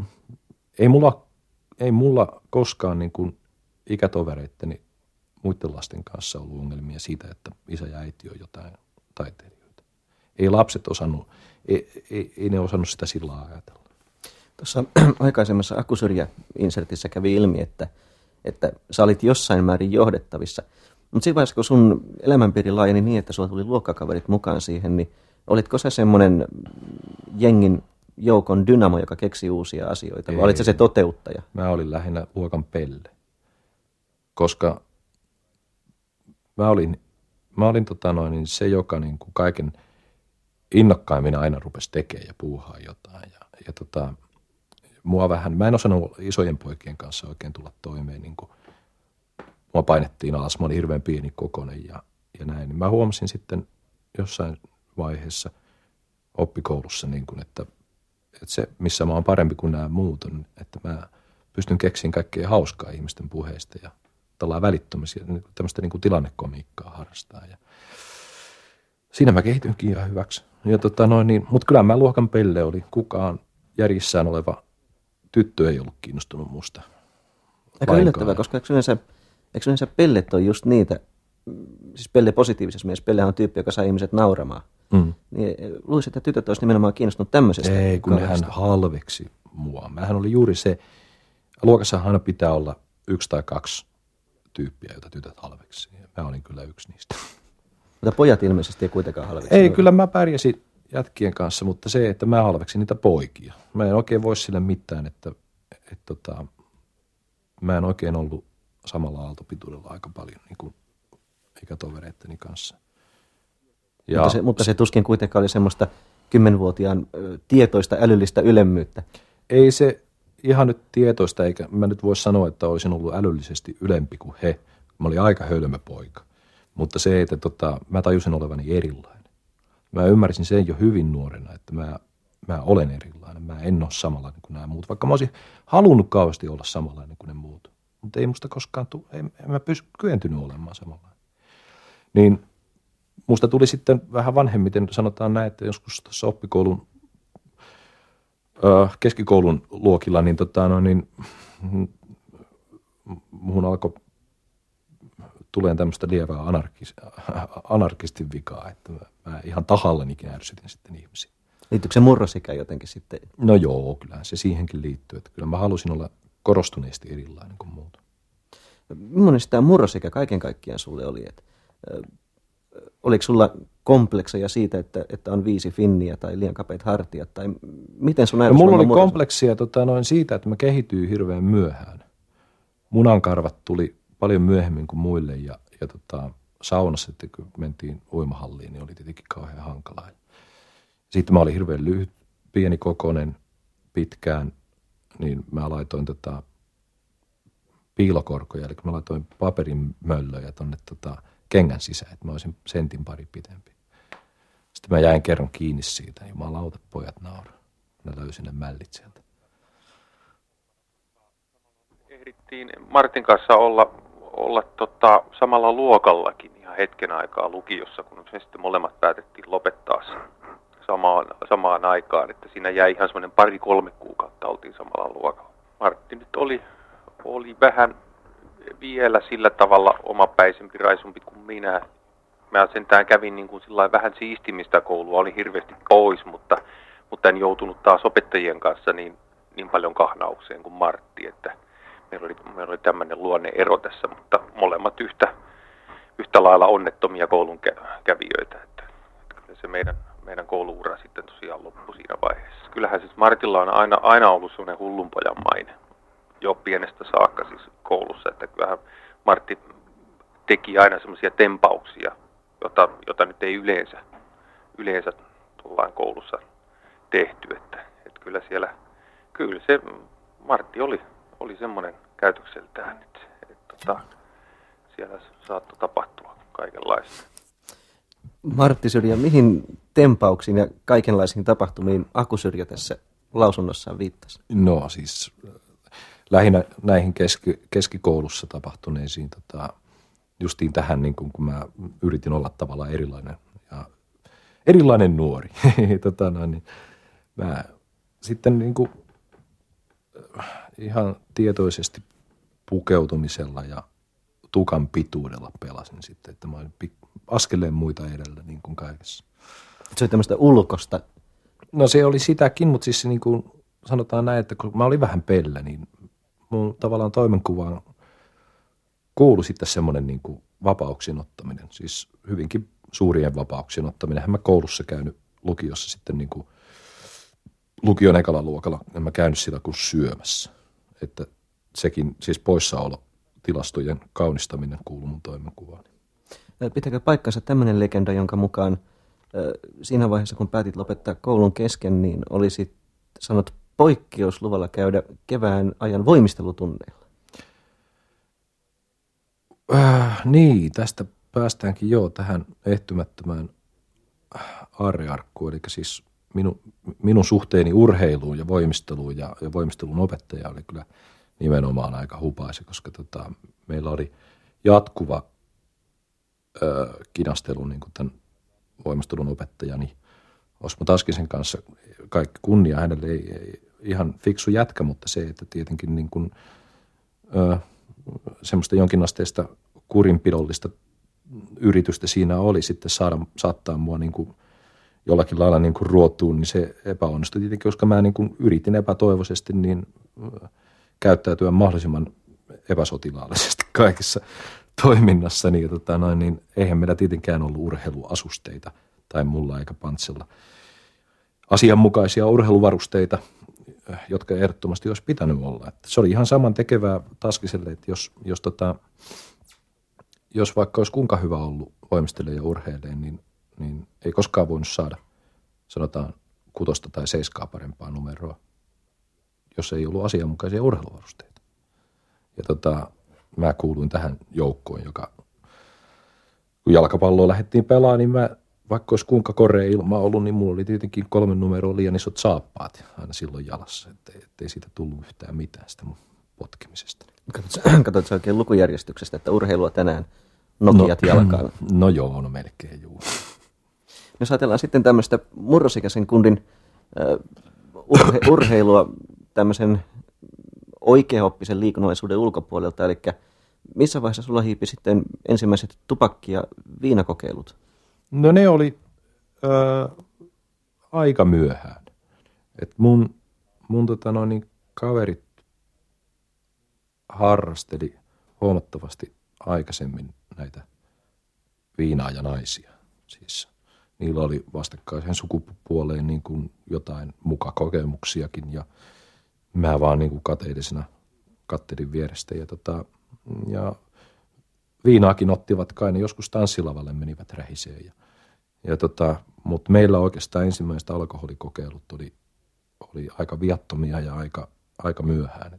ei mulla koskaan niin kuin ikätovereitteni muiden lasten kanssa ollut ongelmia siitä, että isä ja äiti on jotain taiteilijoita. Ei lapset osannut, ei ne osannut sitä sillä lailla ajatella. Tuossa aikaisemmassa Akkusyrjä-insertissä kävi ilmi, että sä olit jossain määrin johdettavissa. Mutta siinä vaiheessa, kun sun elämänpiiri laajeni niin, että sulla tuli luokkakaverit mukaan siihen, niin olitko sä semmoinen jengin joukon dynamo, joka keksi uusia asioita, vai olitko se toteuttaja? Mä olin lähinnä luokan pelle, koska mä olin se, joka niin kuin kaiken innokkaimmin aina rupesi tekemään ja puuhaa jotain. Ja mua vähän, mä en osannut isojen poikien kanssa oikein tulla toimeen, niin kuin mua painettiin alas, mä olin hirveän pieni kokoinen ja näin. Mä huomasin sitten jossain vaiheessa oppikoulussa, niin kuin, että se, missä mä oon parempi kuin nämä muut, on, että mä pystyn keksimään kaikkea hauskaa ihmisten puheista ja tällainen välittömästi tämmöistä niin kuin tilannekomiikkaa harrastaa. Ja siinä mä kehitynkin ihan hyväksi. Mutta kyllä mä luokan pelle oli. Kukaan järjissään oleva tyttö ei ollut kiinnostunut musta. Aika yllättävää, koska eikö yleensä pellet on just niitä, siis pelle positiivisessa mielessä, pellehän on tyyppi, joka saa ihmiset nauramaan. Niin luulisin, että tytöt olisi nimenomaan kiinnostunut tämmöisestä. Ei, kun hän halveksi mua. Mähän oli juuri se, luokassahan aina pitää olla 1 tai 2 tyyppiä, joita tytöt halveksi. Mä olin kyllä yksi niistä. Mutta pojat ilmeisesti ei kuitenkaan halveksi. Ei, kyllä mä pärjäsin jätkien kanssa, mutta se, että mä halveksin niitä poikia. Mä en oikein voi sille mitään, että mä en oikein ollut samalla aaltopituudella aika paljon niin kuin ikätovereitteni kanssa. Mutta se tuskin kuitenkaan oli semmoista 10-vuotiaan tietoista älyllistä ylemmyyttä? Ei se ihan nyt tietoista, eikä mä nyt voi sanoa, että olisin ollut älyllisesti ylempi kuin he. Mä olin aika hölmö poika. Mutta se, että mä tajusin olevani erilainen. Mä ymmärsin sen jo hyvin nuorena, että mä olen erilainen. Mä en ole samanlainen kuin nämä muut, vaikka mä olisin halunnut kauheasti olla samanlainen kuin ne muut. Mutta ei musta koskaan en mä kyentynyt olemaan samanlainen. Niin musta tuli sitten vähän vanhemmiten, sanotaan näin, että joskus tuossa oppikoulun, keskikoulun luokilla, niin muhun alkoi tulee tämmöistä lievää anarkistin vikaa, että mä ihan tahallanikin ärsytin sitten ihmisiä. Liittyykö se murrosikä jotenkin sitten? No joo, kyllähän se siihenkin liittyy, että kyllä mä halusin olla korostuneesti erilainen kuin muut. Millainen tämä murrosikä kaiken kaikkiaan sulle oli? Oliko sulla komplekseja siitä, että on 5 finniä tai liian kapeat hartiat? Tai miten sun ajatus? Mulla oli kompleksia siitä, että mä kehityin hirveän myöhään. Munankarvat tuli paljon myöhemmin kuin muille ja saunassa, että kun mentiin uimahalliin, niin oli tietenkin kauhean hankalaa. Sitten mä olin hirveän lyhyt, pieni kokoinen, pitkään, niin mä laitoin piilokorkoja, eli mä laitoin paperimöllöjä tonne kengän sisään, että mä olisin sentin pari pitempi. Sitten mä jäin kerran kiinni siitä, niin jumalauta, pojat nauraa. Mä löysin ne mällit sieltä. Ehdittiin Martin kanssa olla samalla luokallakin ihan hetken aikaa lukiossa, kun me sitten molemmat päätettiin lopettaa samaan aikaan, että siinä jäi ihan semmoinen 2-3 kuukautta oltiin samalla luokalla. Martti nyt oli vähän vielä sillä tavalla omapäisempi, raisumpi kuin minä. Mä sentään kävin niin kuin sillä vähän siistimistä koulua, olin hirveästi pois, mutta en joutunut taas opettajien kanssa niin paljon kahnaukseen kuin Martti, että meillä oli tämmöinen luonne-ero tässä, mutta molemmat yhtä lailla onnettomia koulun kävijöitä, että kyllä se meidän kouluura sitten tosiaan loppui siinä vaiheessa. Kyllähän siis Martilla on aina ollut semmoinen hullunpojan maine, jo pienestä saakka siis koulussa, että kyllähän Martti teki aina semmoisia tempauksia, jota nyt ei yleensä tullaan koulussa tehty, että kyllä se Martti oli semmoinen käytökseltään, että siellä saattoi tapahtua kaikenlaista. Martti Syrjä, mihin tempauksiin ja kaikenlaisiin tapahtumiin Aku Syrjä tässä lausunnossaan viittasi? No siis lähinnä näihin keskikoulussa tapahtuneisiin, justiin tähän, niin kun mä yritin olla tavallaan erilainen nuori. Niin mä sitten niin kuin ihan tietoisesti pukeutumisella ja tukan pituudella pelasin sitten, että mä olin askeleen muita edellä niin kuin kaikessa. Se oli tämmöistä ulkosta? No se oli sitäkin, mutta siis niin kuin sanotaan näin, että kun mä olin vähän pellä, niin mun tavallaan toimenkuvaan kuului sitten semmoinen niin kuin vapauksien ottaminen, siis hyvinkin suurien vapauksien ottaminen. Mä koulussa käynyt lukiossa sitten niin kuin lukion ekalla luokalla, en mä käynyt sitä kuin syömässä. Että sekin, siis poissaolotilastojen kaunistaminen kuuluu mun toimenkuvaan. Pitääkö paikkansa tämmöinen legenda, jonka mukaan siinä vaiheessa, kun päätit lopettaa koulun kesken, niin olisit sanonut poikkeusluvalla käydä kevään ajan voimistelutunneilla? Niin, tästä päästäänkin tähän ehtymättömään aarrearkkuun, eli siis minun suhteeni urheiluun ja voimisteluun ja voimistelun opettaja oli kyllä nimenomaan aika hupaisa, koska meillä oli jatkuva kinastelu niin kuin tämän voimistelun opettajani Osmo Taskisen kanssa. Kaikki kunnia hänelle, ei ihan fiksu jätkä, mutta se, että tietenkin niin kuin, semmoista jonkinasteista kurinpidollista yritystä siinä oli sitten saattaa mua niin kuin jollakin lailla niin kuin ruotuun, niin se epäonnistui tietenkin, koska mä niin kuin yritin epätoivoisesti niin käyttäytyä mahdollisimman epäsotilaallisesti kaikessa toiminnassa, niin eihän meillä tietenkään ollut urheiluasusteita tai mulla eikä Pantsella asianmukaisia urheiluvarusteita, jotka ehdottomasti olisi pitänyt olla. Että se oli ihan saman tekevää Taskiselle, että jos vaikka olisi kuinka hyvä ollut voimistelemaan ja urheilemaan, niin ei koskaan voinut saada, sanotaan, 6 tai 7 parempaa numeroa, jos ei ollut asianmukaisia urheiluvarusteita. Ja mä kuuluin tähän joukkoon, joka kun jalkapalloa lähdettiin pelaamaan, niin vaikka olisi kuinka korea ilma ollut, niin mulla oli tietenkin 3 numeroa liian isot saappaat aina silloin jalassa, ettei siitä tullut yhtään mitään sitä mun potkimisesta. Katsotko oikein lukujärjestyksestä, että urheilua tänään Nokiat jalkaan? No joo, no melkein juu. Jos ajatellaan sitten tämmöistä murrosikäisen kundin urheilua tämmöisen oikeaoppisen liikunnallisuuden ulkopuolelta, eli missä vaiheessa sulla hiipi sitten ensimmäiset tupakki- ja viinakokeilut? No ne oli aika myöhään. Et mun kaverit harrasteli huomattavasti aikaisemmin näitä viinaa ja naisia. Siis niillä oli vastakkaisen sukupuoleen niin kuin jotain mukakokemuksiakin ja mä vaan niin kuin kateellisena kattelin vierestä ja viinaakin ottivat kai, ne joskus tanssilavalle menivät rähiseen. Mutta meillä oikeastaan ensimmäiset alkoholikokeilut oli aika viattomia ja aika myöhään.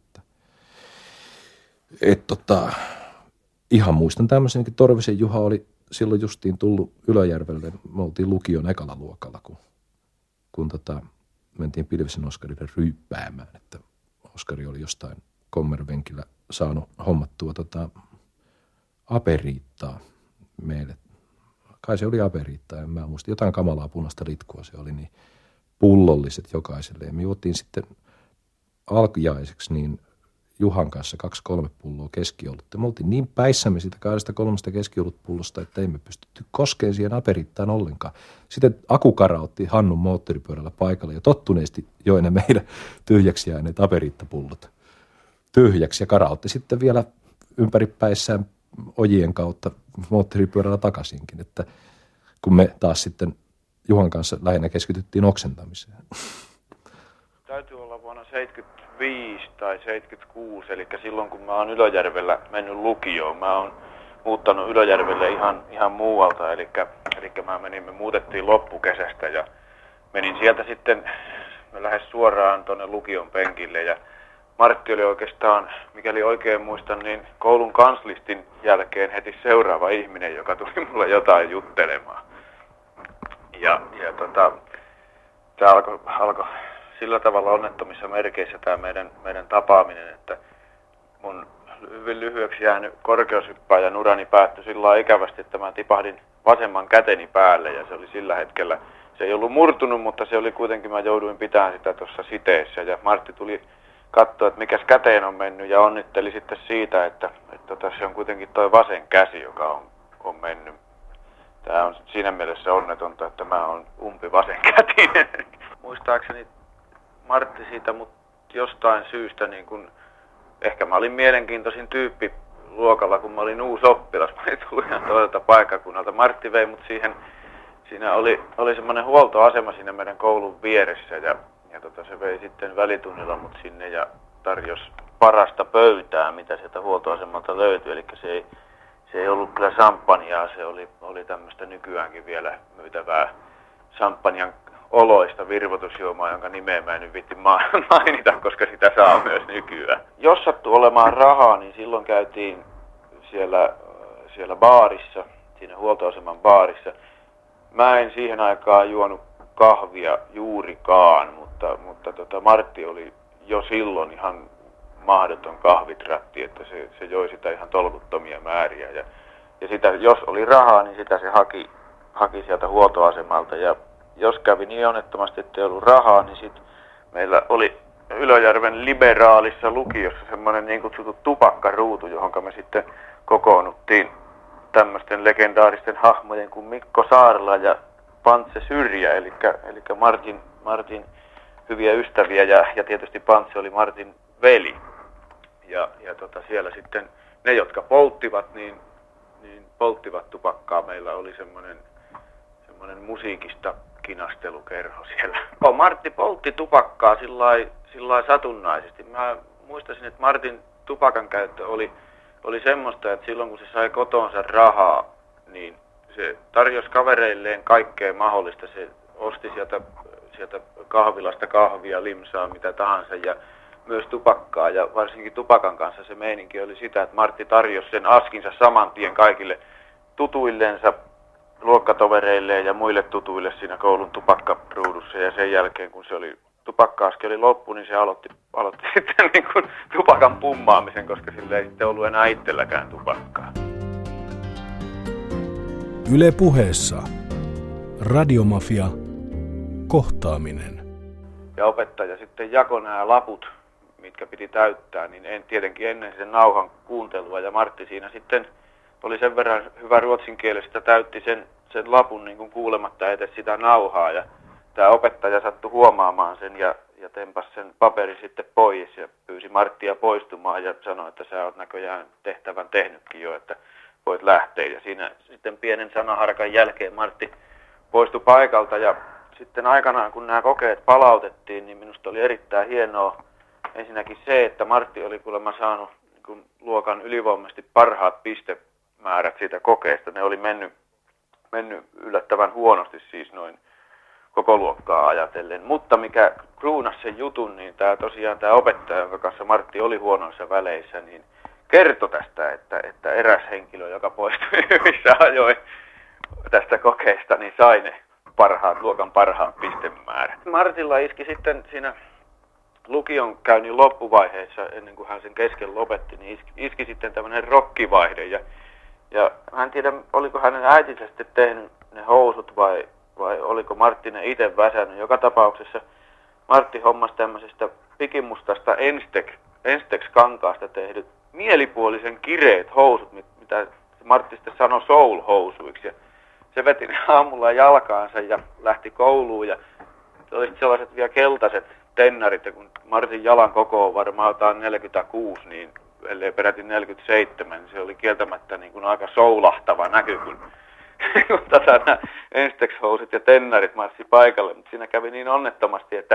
Ihan muistan tämmöisenkin, Torvisen Juha oli silloin justiin tullut Ylöjärvelle, me oltiin lukion ekalla luokalla, kun mentiin Pilvisen Oskarille ryyppäämään, että Oskari oli jostain kommervenkillä saanut hommattua aperiittaa meille. Kai se oli aperiittaa, en mä muista. Jotain kamalaa punaista litkua se oli, niin pullolliset jokaiselle. Ja me juottiin sitten alkujaiseksi niin Juhan kanssa 2-3 pulloa keskiolutta. Me oltiin niin päissämme siitä 2-3 keskiolutpullosta, että emme pystytty koskeen siihen aperiittaan ollenkaan. Sitten Akukara otti Hannun moottoripyörällä paikalle ja tottuneesti joi ne meidän tyhjäksi jääneet aperiittapullot tyhjäksi. Ja Kara otti sitten vielä ympäripäissään ojien kautta moottoripyörällä takaisinkin, että kun me taas sitten Juhan kanssa lähinnä keskityttiin oksentamiseen. Täytyy olla vuonna 75 tai 76, eli silloin kun mä oon Ylöjärvellä mennyt lukioon. Mä oon muuttanut Ylöjärvelle ihan muualta, eli me muutettiin loppukesästä ja menin sieltä sitten lähes suoraan tuonne lukion penkille ja Martti oli oikeastaan, mikäli oikein muistan, niin koulun kanslistin jälkeen heti seuraava ihminen, joka tuli mulle jotain juttelemaan. Tämä alkoi sillä tavalla onnettomissa merkeissä tämä meidän tapaaminen, että mun hyvin lyhyeksi jäänyt korkeushyppääjän urani päättyi sillä lailla ikävästi, että mä tipahdin vasemman käteni päälle ja se oli sillä hetkellä, se ei ollut murtunut, mutta se oli kuitenkin, mä jouduin pitämään sitä tuossa siteessä ja Martti tuli katsoa, että mikäs käteen on mennyt ja onnitteli sitten siitä, että se on kuitenkin toi vasen käsi, joka on mennyt. Tämä on siinä mielessä onnetonta, että mä oon umpi vasenkätinen. Muistaakseni Martti siitä, mutta jostain syystä niin kun, ehkä mä olin mielenkiintoisin tyyppi luokalla, kun mä olin uusi oppilas. Mä olin tullut ihan toiselta paikkakunnalta. Martti vei mut siinä oli semmoinen huoltoasema siinä meidän koulun vieressä ja se vei sitten välitunnilla mut sinne ja tarjosi parasta pöytää, mitä sieltä huoltoasemalta löytyi. Eli se ei ollut kyllä champagnea, se oli tämmöistä nykyäänkin vielä myytävää champagnen oloista virvoitusjuomaa, jonka nimeä mä en nyt viitti mainita, koska sitä saa myös nykyään. Jos sattui olemaan rahaa, niin silloin käytiin siellä baarissa, siinä huoltoaseman baarissa. Mä en siihen aikaan juonut kahvia juurikaan, mutta Martti oli jo silloin ihan mahdoton kahvitratti, että se joi sitä ihan tolkuttomia määriä. Ja sitä, jos oli rahaa, niin sitä se haki sieltä huoltoasemalta. Ja jos kävi niin onnettomasti, että ei ollut rahaa, niin sitten meillä oli Ylöjärven liberaalissa lukiossa semmoinen niin kutsuttu tupakkaruutu, johon me sitten kokoonnuttiin tämmöisten legendaaristen hahmojen kuin Mikko Saarla ja Pantse Syrjä, eli Martin hyviä ystäviä ja tietysti Pantse oli Martin veli. Ja siellä sitten ne, jotka polttivat, niin polttivat tupakkaa. Meillä oli semmoinen musiikista kinastelukerho siellä. Martti poltti tupakkaa sillai satunnaisesti. Mä muistasin, että Martin tupakan käyttö oli semmoista, että silloin kun se sai kotonsa rahaa, niin se tarjosi kavereilleen kaikkea mahdollista. Se osti sieltä sieltä kahvilasta kahvia, limsaa, mitä tahansa ja myös tupakkaa. Ja varsinkin tupakan kanssa se meininki oli sitä, että Martti tarjosi sen askinsa saman tien kaikille tutuillensa, luokkatovereilleen ja muille tutuille siinä koulun tupakkaruudussa. Ja sen jälkeen, kun se oli tupakka-aski oli loppu, niin se aloitti sitten niin kuin tupakan pummaamisen, koska sillä ei sitten ollut enää itselläkään tupakkaa. Yle Puheessa. Radiomafia. Kohtaaminen. Ja opettaja sitten jakoi nämä laput, mitkä piti täyttää, niin tietenkin ennen sen nauhan kuuntelua. Ja Martti siinä sitten oli sen verran hyvä ruotsinkielestä, täytti sen lapun niin kuin kuulematta edes sitä nauhaa. Ja tämä opettaja sattui huomaamaan sen ja tempasi sen paperin sitten pois ja pyysi Marttia poistumaan ja sanoi, että sä oot näköjään tehtävän tehnytkin jo, että voit lähteä. Ja siinä sitten pienen sanaharkan jälkeen Martti poistui paikalta ja sitten aikanaan kun nämä kokeet palautettiin, niin minusta oli erittäin hienoa ensinnäkin se, että Martti oli kuulemma saanut niin kuin luokan ylivoimaisesti parhaat pistemäärät siitä kokeesta. Ne oli mennyt yllättävän huonosti siis noin koko luokkaa ajatellen. Mutta mikä kruunasi sen jutun, niin tämä opettaja, jonka kanssa Martti oli huonoissa väleissä, niin kertoi tästä, että eräs henkilö, joka poistui hyvissä ajoin tästä kokeesta, niin sai ne luokan parhaat pistemäärät. Martilla iski sitten siinä lukion käynnin loppuvaiheessa, ennen kuin hän sen kesken lopetti, niin iski sitten tämmöinen rokkivaihde. Ja hän en tiedä, oliko hänen äitinsä sitten tehnyt ne housut vai oliko Martti ne itse väsännyt. Joka tapauksessa Martti hommasi tämmöisestä pikimustasta Enstex-kankaasta tehdyt mielipuolisen kireet housut, mitä Martti sitten sanoi soul-housuiksi. Ja se veti ne aamulla jalkaansa ja lähti kouluun ja oli sellaiset vielä keltaiset tennarit. Ja kun Martin jalan koko on varmaan jotain 46, niin ellei peräti 47, niin se oli kieltämättä niin kuin aika soulahtava näky, kun nämä Enstex-housut ja tennarit marssi paikalle. Mutta siinä kävi niin onnettomasti, että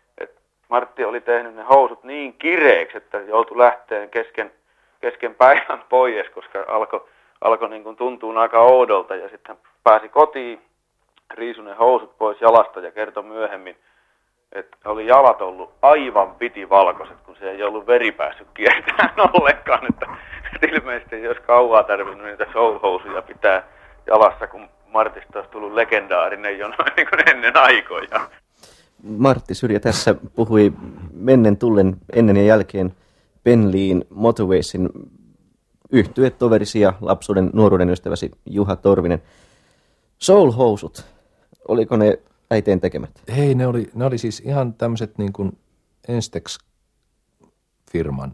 Martti oli tehnyt ne housut niin kireeksi, että joutui lähteen kesken päivän pois, koska alkoi niin kuin tuntua aika oudolta. Ja sitten pääsi kotiin, riisui ne housut pois jalasta ja kertoi myöhemmin, että oli jalat ollut aivan pitivalkoiset, kun se ei ollut veri päässyt kiertämään ollenkaan. Että ilmeisesti ei olisi kauaa tarvinnut niitä soul-housuja pitää jalassa, kun Martista olisi tullut legendaarinen jo noin niin kuin ennen aikoja. Martti Syrjä tässä puhui mennen tullen ennen ja jälkeen Penliin Motorwaysin yhtyeetoverisi ja lapsuuden nuoruuden ystäväsi Juha Torvinen. Soul-housut, oliko ne äiteen tekemät? Hei, ne oli siis ihan tämmöiset niin kuin Enstex-firman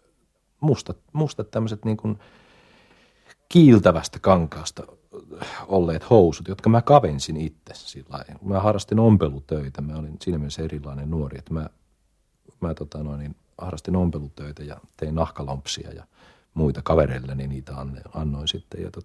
mustat tämmöiset niin kuin kiiltävästä kankaasta olleet housut, jotka mä kavensin itse sillä lailla. Mä harrastin ompelutöitä, mä olin siinä mielessä erilainen nuori, että mä harrastin ompelutöitä ja tein nahkalompsia ja muita kavereilleni niitä annoin sitten. Ja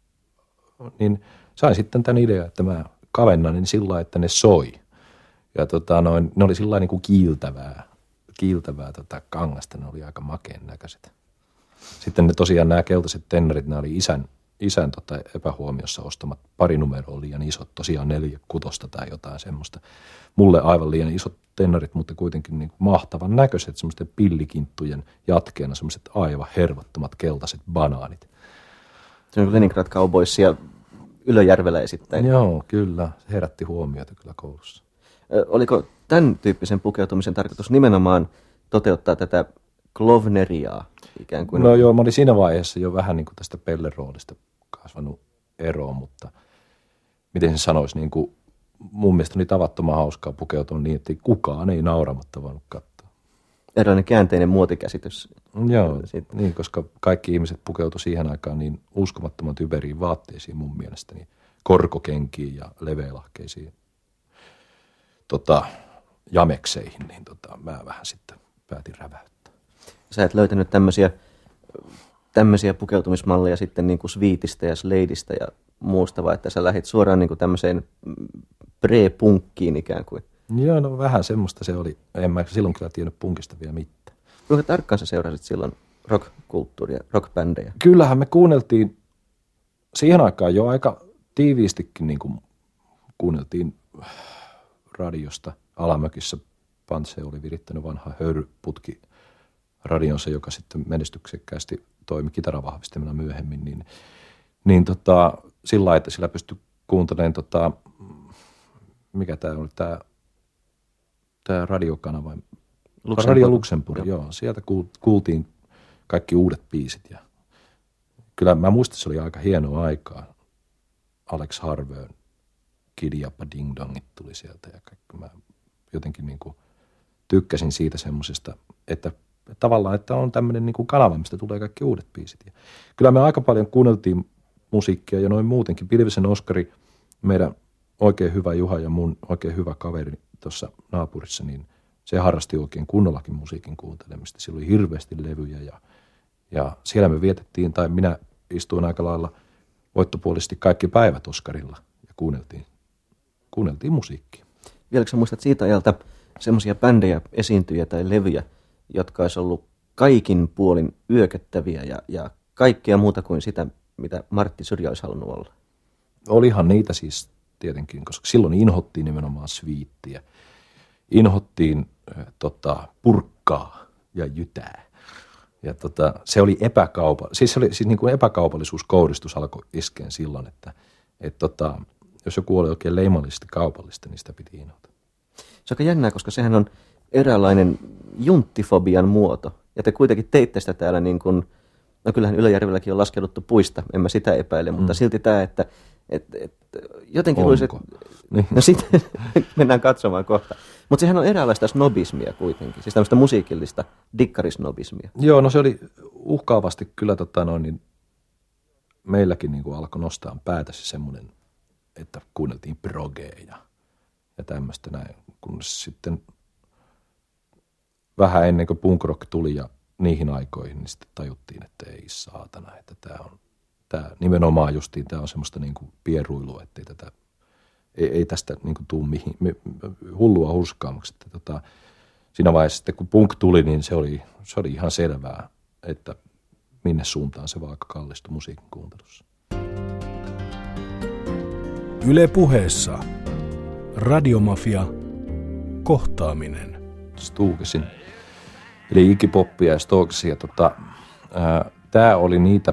niin sain sitten tämän idean, että mä kavennan niin sillä lailla, että ne soi. Ja ne oli sillä lailla niin kuin kiiltävää kangasta, ne oli aika makeen näköiset. Sitten ne tosiaan nämä keltaiset tennarit, nämä oli isän epähuomiossa ostamat parinumero oli liian isot, tosiaan 4/6 tai jotain semmoista. Mulle aivan liian isot tennarit, mutta kuitenkin niin mahtavan näköiset, semmoisten pillikinttujen jatkeena, semmoiset aivan hervottomat keltaiset banaanit. Se on Leningrad Cowboysia Ylöjärvellä esittäin. Joo, kyllä. Se herätti huomiota kyllä koulussa. Oliko tämän tyyppisen pukeutumisen tarkoitus nimenomaan toteuttaa tätä klovneriaa ikään kuin? No joo, mä olin siinä vaiheessa jo vähän niin kuin tästä pelleroolista kasvanut eroon, mutta miten se sanoisi, niin kuin mun mielestä oli tavattoman hauskaa pukeutua niin, että kukaan ei nauramatta voinut katsoa. Erilainen käänteinen muotikäsitys. Joo, niin, koska kaikki ihmiset pukeutuivat siihen aikaan niin uskomattoman typeriin vaatteisiin mun mielestäni, korkokenkiin ja leveälahkeisiin jamekseihin, niin mä vähän sitten päätin räväyttää. Sä et löytänyt tämmöisiä pukeutumismalleja sitten niin kuin Sweetistä ja Sladeista ja muusta, vai että sä lähdit suoraan niin kuin tämmöiseen pre-punkkiin ikään kuin? Joo, no vähän semmoista se oli. En mä silloin kyllä tiennyt punkista vielä mitään. Kuinka tarkkaan sä seurasit silloin rock-kulttuuria, rock-bändejä? Kyllähän me kuunneltiin siihen aikaan jo aika tiiviistikin niin kuin kuunneltiin radiosta. Alamäkissä Pantse oli virittänyt vanha höyryputki radionsa, joka sitten menestyksekkäästi toimi kitaravahvistimena myöhemmin, niin sillä lailla, että sillä pystyi kuuntelemaan, mikä tämä oli, tämä radiokanava, Radio Luxemburg, joo. Sieltä kuultiin kaikki uudet biisit ja kyllä mä muistan, että se oli aika hienoa aikaa. Alex Harvön Kid Jappa Ding Dongit tuli sieltä ja kaikki. Mä jotenkin niin kuin tykkäsin siitä semmosesta, että tavallaan, että on tämmöinen niin kuin kanava, mistä tulee kaikki uudet biisit. Ja kyllä me aika paljon kuunneltiin musiikkia ja noin muutenkin. Pilvisen Oskari, meidän oikein hyvä Juha ja mun oikein hyvä kaveri tuossa naapurissa, niin se harrasti oikein kunnollakin musiikin kuuntelemista. Sillä oli hirveästi levyjä ja siellä me vietettiin, tai minä istuin aika lailla voittopuolisesti kaikki päivät Oskarilla ja kuunneltiin musiikkia. Vieläkö sä muistat siitä ajalta semmoisia bändejä, esiintyjiä tai levyjä, jotka olisi ollut kaikin puolin yököttäviä ja kaikkea muuta kuin sitä, mitä Martti Syrjä olisi halunnut olla? Olihan niitä siis tietenkin, koska silloin inhottiin nimenomaan sviittiä. Inhottiin purkkaa ja jytää. Ja se oli siis niin kuin epäkaupallisuuskoudistus alkoi iskeen silloin, että jos joku oli oikein leimallisesti kaupallista, niin sitä piti inhota. Se on aika jännää, koska sehän on eräänlainen junttifobian muoto. Ja te kuitenkin teitte sitä täällä niin kuin, no kyllähän Ylöjärvelläkin on laskeuduttu puista, en mä sitä epäile, mutta silti tämä, että jotenkin luisi, niin. No sitten mennään katsomaan kohta. Mutta sehän on eräänlaista snobismia kuitenkin, siis tämmöistä musiikillista dikkarisnobismia. Joo, no se oli uhkaavasti kyllä niin meilläkin niin kuin alkoi nostaa päätä se semmoinen, että kuunneltiin progea ja tämmöistä näin, kun sitten vähän ennen kuin punk rock tuli ja niihin aikoihin, niin sitten tajuttiin, että ei saatana, että tämä nimenomaan justiin, tämä on semmoista niin kuin pieruilua, että ei tästä niin kuin tule hullua hurskaamaksi. Että siinä vaiheessa sitten, kun punk tuli, niin se oli ihan selvää, että minne suuntaan se vaaka kallistui musiikin kuuntelussa. Yle Puheessa Radiomafia kohtaaminen. Stoogesin, eli Iggy Popia ja Stoogesia. Tämä oli niitä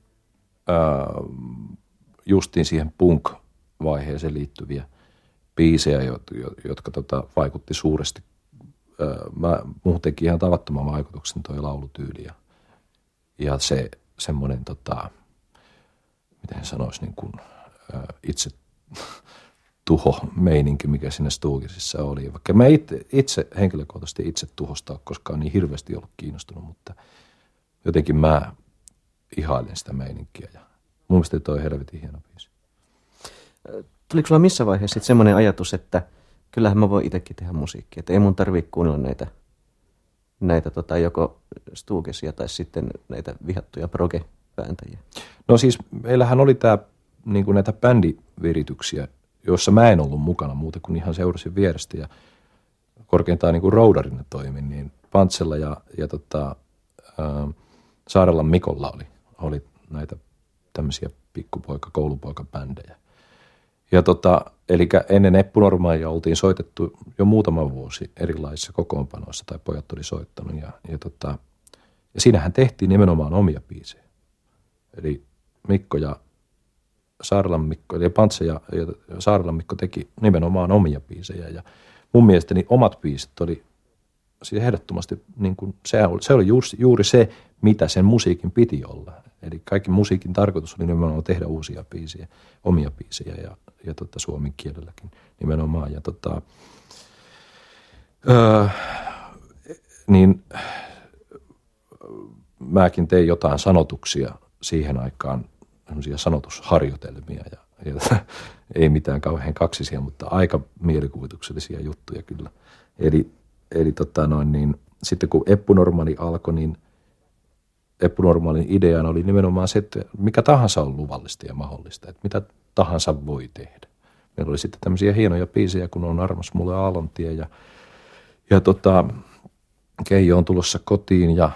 justiin siihen punk-vaiheeseen liittyviä biisejä, jotka vaikutti suuresti. Muuhun teki ihan tavattoman vaikutuksen toi laulutyyli ja se semmoinen, miten sanoisi, niin kuin itse tuho-meininki, mikä siinä Stoogesissa oli. Vaikka mä itse henkilökohtaisesti itse tuhosta ole koskaan niin hirveästi ollut kiinnostunut, mutta jotenkin mä ihailen sitä meininkiä ja mun mielestä toi helvetin hieno biisi. Tuliko sulla missä vaiheessa sitten semmoinen ajatus, että kyllähän mä voin itsekin tehdä musiikkia, että ei mun tarvitse kuunnella näitä joko Stoogesia tai sitten näitä vihattuja proge-vääntäjiä? No siis meillähän oli niin kuin näitä bändivirityksiä, joissa mä en ollut mukana muuta kuin ihan seurasin vierestä ja korkeintaan niin kuin roudarina toimin, niin Pantsella ja Saarelan Mikolla oli näitä tämmöisiä koulupoikabändejä. Ja eli ennen Eppu-Normaalia oltiin soitettu jo muutama vuosi erilaisissa kokoonpanoissa, tai pojat oli soittanut. Ja siinähän tehtiin nimenomaan omia biisejä. Eli Mikko ja Saarelan Mikko, eli Pantse ja Saarelan Mikko teki nimenomaan omia biisejä. Ja mun mielestäni omat biisit oli siis ehdottomasti, niin kuin, se oli juuri se, mitä sen musiikin piti olla. Eli kaikki musiikin tarkoitus oli nimenomaan tehdä uusia biisejä, omia biisejä ja suomen kielelläkin nimenomaan. Ja niin mäkin tein jotain sanotuksia siihen aikaan, sellaisia sanotusharjoitelmia ja ei mitään kauhean kaksisia, mutta aika mielikuvituksellisia juttuja kyllä. Eli sitten kun Eppu-Normaali alkoi, niin Eppu-Normaalin ideana oli nimenomaan se, että mikä tahansa on luvallista ja mahdollista, että mitä tahansa voi tehdä. Meillä oli sitten tämmöisiä hienoja biisejä, kun on Armas mulle Aallontie ja Keijo on tulossa kotiin ja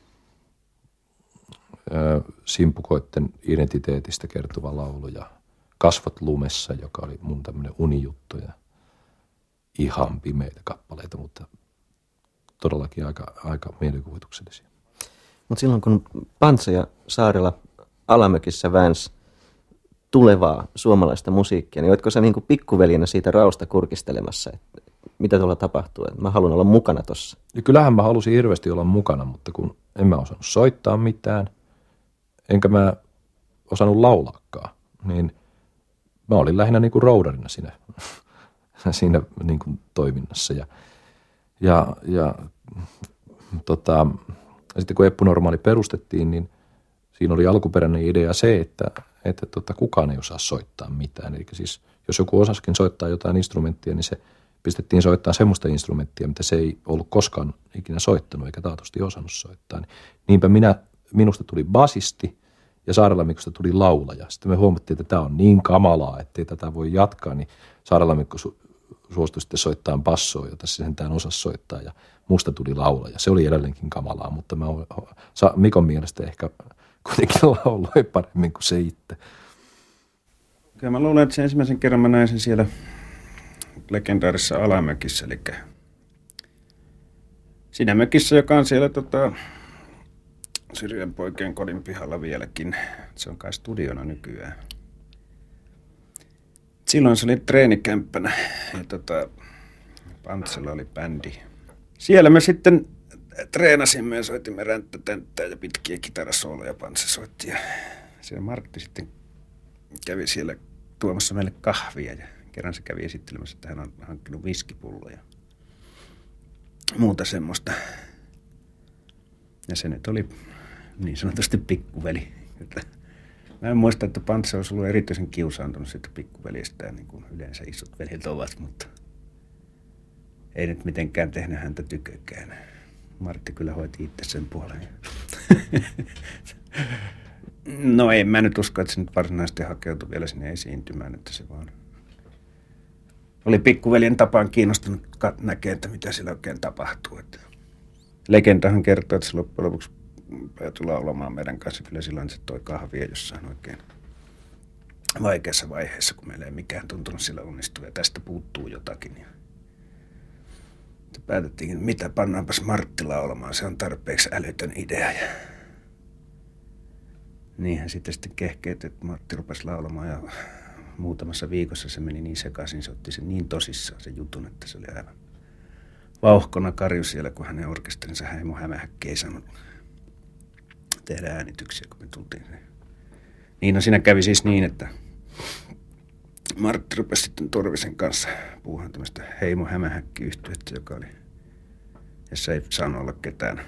simpukoitten identiteetistä kertova laulu ja Kasvot lumessa, joka oli mun tämmöinen unijuttu ja ihan pimeitä kappaleita, mutta todellakin aika mielikuvituksellisia. Mutta silloin kun Pantsä ja Saarela Alamökissä väänsi tulevaa suomalaista musiikkia, niin oletko sä niin kuin pikkuveljänä siitä raosta kurkistelemassa, että mitä tuolla tapahtuu, että mä haluan olla mukana tossa? Ja kyllähän mä halusin hirveästi olla mukana, mutta kun en mä osannut soittaa mitään, enkä mä osannut laulaakaan, niin mä olin lähinnä niin kuin roudarina siinä niin kuin toiminnassa. Ja sitten kun Eppu Normaali perustettiin, niin siinä oli alkuperäinen idea se, että kukaan ei osaa soittaa mitään. Eli siis jos joku osasikin soittaa jotain instrumenttia, niin se pistettiin soittaa semmoista instrumenttia, mitä se ei ollut koskaan ikinä soittanut eikä taatusti osannut soittaa. Niinpä minusta tuli basisti ja Saarela-Mikosta tuli laulaja. Sitten me huomattiin, että tämä on niin kamalaa, ettei tätä voi jatkaa, niin Saarela-Mikko suostui sitten soittamaan bassoa, jota se sentään osasi soittaa, ja musta tuli laulaja. Se oli edelleenkin kamalaa, mutta Mikon mielestä ehkä kuitenkin lauloi paremmin kuin se itse. Kyllä mä luulen, että sen ensimmäisen kerran mä näin sen siellä legendaarisessa Alamökissä, eli siinä mökissä, joka on siellä Syrjän poikien kodin pihalla vieläkin. Se on kai studiona nykyään. Silloin se oli treenikämppänä ja Pantsella oli bändi. Siellä me sitten treenasimme ja soitimme ränttätenttää ja pitkiä kitarasooloja Pantsa soitti. Ja siellä Martti sitten kävi siellä tuomassa meille kahvia ja kerran se kävi esittelemässä, että hän on hankkinut viskipulloja. Muuta semmoista. Ja se nyt oli niin sanotusti pikkuveli. Mä en muista, että Pantsa olisi ollut erityisen kiusaantunut siitä pikkuveljestään, niin kuin yleensä isot veljet ovat, mutta ei nyt mitenkään tehnyt häntä tykökään. Martti kyllä hoiti itse sen puolen. No en mä nyt usko, että se nyt varsinaisesti hakeutui vielä sinne esiintymään, että se vaan oli pikkuveljen tapaan kiinnostunut näkee, että mitä siellä oikein tapahtuu. Että legendahan kertoo, että se loppujen lopuksi päätyi laulamaan meidän kanssa. Kyllä silloin se toi kahvia jossain oikein vaikeassa vaiheessa, kun meillä ei mikään tuntunut sillä onnistua ja tästä puuttuu jotakin. Ja päätettiin, että mitä pannaanpas Martti laulamaan, se on tarpeeksi älytön idea. Ja niinhän sitten kehkeet, että Martti rupesi laulamaan ja muutamassa viikossa se meni niin sekaisin, se otti sen niin tosissaan se jutun, että se oli aivan vauhkona karju siellä, kun hänen orkesterinsa Heimo Hämähäkki ei saanut tehdä äänityksiä, kun me tultiin. Niin, no siinä kävi siis niin, että Martti rupesi sitten Torvisen kanssa puhumaan tämmöistä Heimo Hämähäkki-yhtyettä, joka oli, jossa ei saanut olla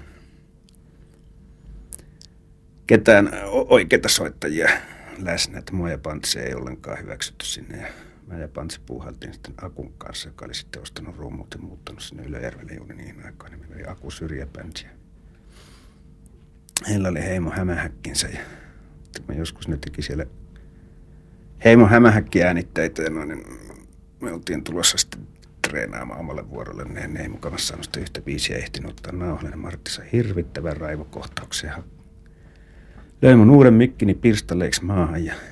ketään oikeita soittajia läsnä, että mua ja Pantse ei ollenkaan hyväksytty sinne. Ja mä ja Pantse puuhaltiin sitten Akun kanssa, joka oli sitten ostanut rummut ja muuttanut sinne Ylöjärvelle juuri niihin aikaan. Niin meillä oli Aku Syrjäbändi. Heillä oli Heimo Hämähäkkinsä ja mä joskus ne teki siellä Heimo Hämähäkki-äänitteitä ja niin me oltiin tulossa sitten treenaamaan omalle vuorolle. Ne ei mukavassa saanut sitä yhtä biisiä ehtinyt ottaa nauhalle. Martti sai hirvittävän raivokohtauksen. Löi mun uuden mikkini pirstaleiksi maahan ja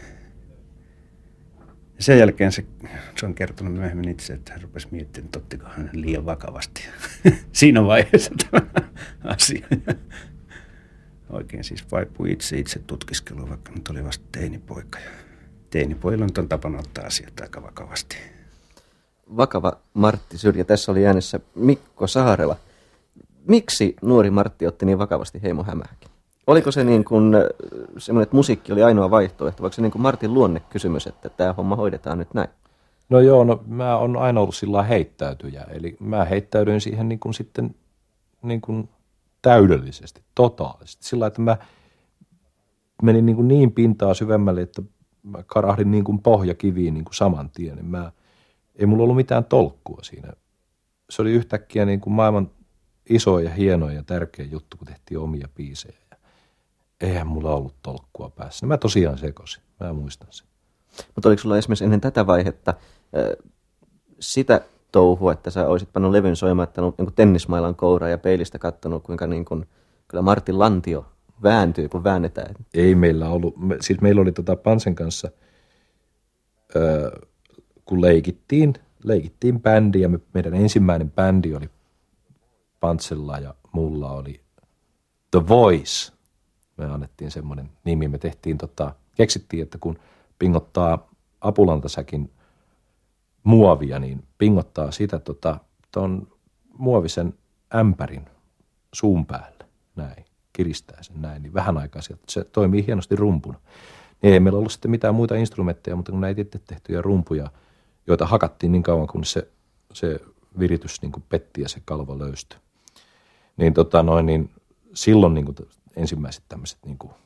sen jälkeen se on kertonut myöhemmin itse, että hän rupesi miettimään, että ottiko hän liian vakavasti. Siinä vaiheessa tämä asia. Oikein siis vaipui itse tutkiskelua, vaikka nyt oli vasta teinipoika. Teinipojilla nyt on tapana ottaa asiat aika vakavasti. Vakava Martti Syrjä. Tässä oli äänessä Mikko Saarela. Miksi nuori Martti otti niin vakavasti Heimo Hämähäkin? Oliko se niin kuin semmoinen, että musiikki oli ainoa vaihtoehto, vaikka se niin kuin Martin luonnekysymys, että tämä homma hoidetaan nyt näin? No joo, mä oon aina ollut sillä heittäytyjä, eli mä heittäydyin siihen niin kuin sitten niin kuin täydellisesti, totaalisesti. Sillä että mä menin niin pintaa syvemmälle, että mä karahdin niin kuin pohjakiviin niin kuin saman tien. Niin ei mulla ollut mitään tolkkua siinä. Se oli yhtäkkiä niin kuin maailman iso ja hieno ja tärkeä juttu, kun tehtiin omia biisejä. Eihän mulla ollut tolkkua päässä. Mä tosiaan sekosin. Mä muistan sen. Mutta oliko sulla esimerkiksi ennen tätä vaihetta sitä touhua, että sä olisit pannut levyn soimaan, että niin tennismailan kouraa ja peilistä katsonut, kuinka niin kuin, kyllä Martin lantio vääntyy, kun väännetään? Ei meillä ollut. Siis meillä oli Pantsen kanssa kun leikittiin bändiä, meidän ensimmäinen bändi oli Pantsella ja mulla oli The Voice. Me annettiin semmoinen nimi, me keksittiin, että kun pingottaa apulantasäkin muovia, niin pingottaa sitä ton muovisen ämpärin suun päälle, näin, kiristää sen näin, niin vähän aikaa sieltä, se toimii hienosti rumpuna. Niin ei meillä ollut sitten mitään muita instrumentteja, mutta kun näitä itse tehtyjä rumpuja, joita hakattiin niin kauan, kun se viritys niin kuin petti ja se kalvo löystyi. Niin, niin silloin niin kuin ensimmäiset tämmöiset niin kuin,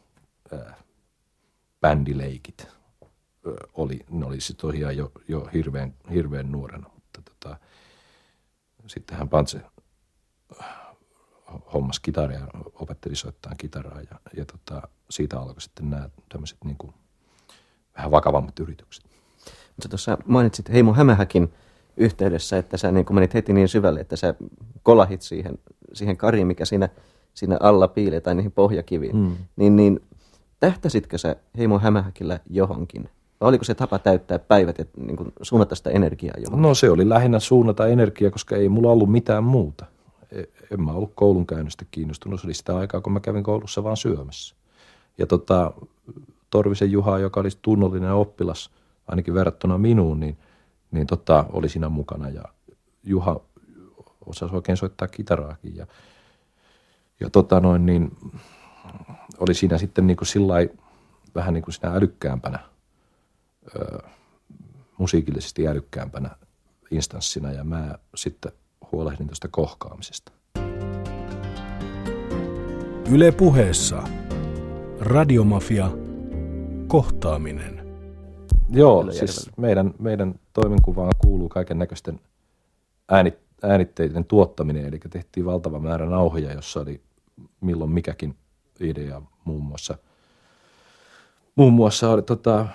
bändileikit ne oli sitten tosiaan jo hirveän nuorena, mutta sittenhän Pantse hommas kitaria ja opetteli soittamaan kitaraa ja siitä alkoi sitten nämä tämmöiset niin kuin vähän vakavammat yritykset. Mutta tuossa mainitsit Heimo Hämähäkin yhteydessä, että sä niin menit heti niin syvälle, että sä kolahit siihen kariin, mikä siinä alla piilee tai niihin pohjakiviin. Niin tähtäsitkö sä Heimo Hämähäkillä johonkin? Vai oliko se tapa täyttää päivät ja niin kuin suunnata sitä energiaa johonkin? No se oli lähinnä suunnata energiaa, koska ei mulla ollut mitään muuta. En mä ollut koulun käynnistä kiinnostunut. Se oli sitä aikaa, kun mä kävin koulussa vaan syömässä. Ja Torvisen Juha, joka oli tunnollinen oppilas, ainakin verrattuna minuun, niin oli siinä mukana. Ja Juha osasi oikein soittaa kitaraakin. Ja niin oli siinä sitten niin kuin sillai, vähän niin kuin siinä älykkäämpänä, musiikillisesti älykkäämpänä instanssina. Ja mä sitten huolehdin tuosta kohkaamisesta. Yle Puheessa Radiomafia kohtaaminen. Joo, siis meidän toimenkuvaan kuuluu kaiken näköisten äänitteiden tuottaminen, eli tehtiin valtava määrä nauhoja, jossa oli milloin mikäkin idea, muun muassa oli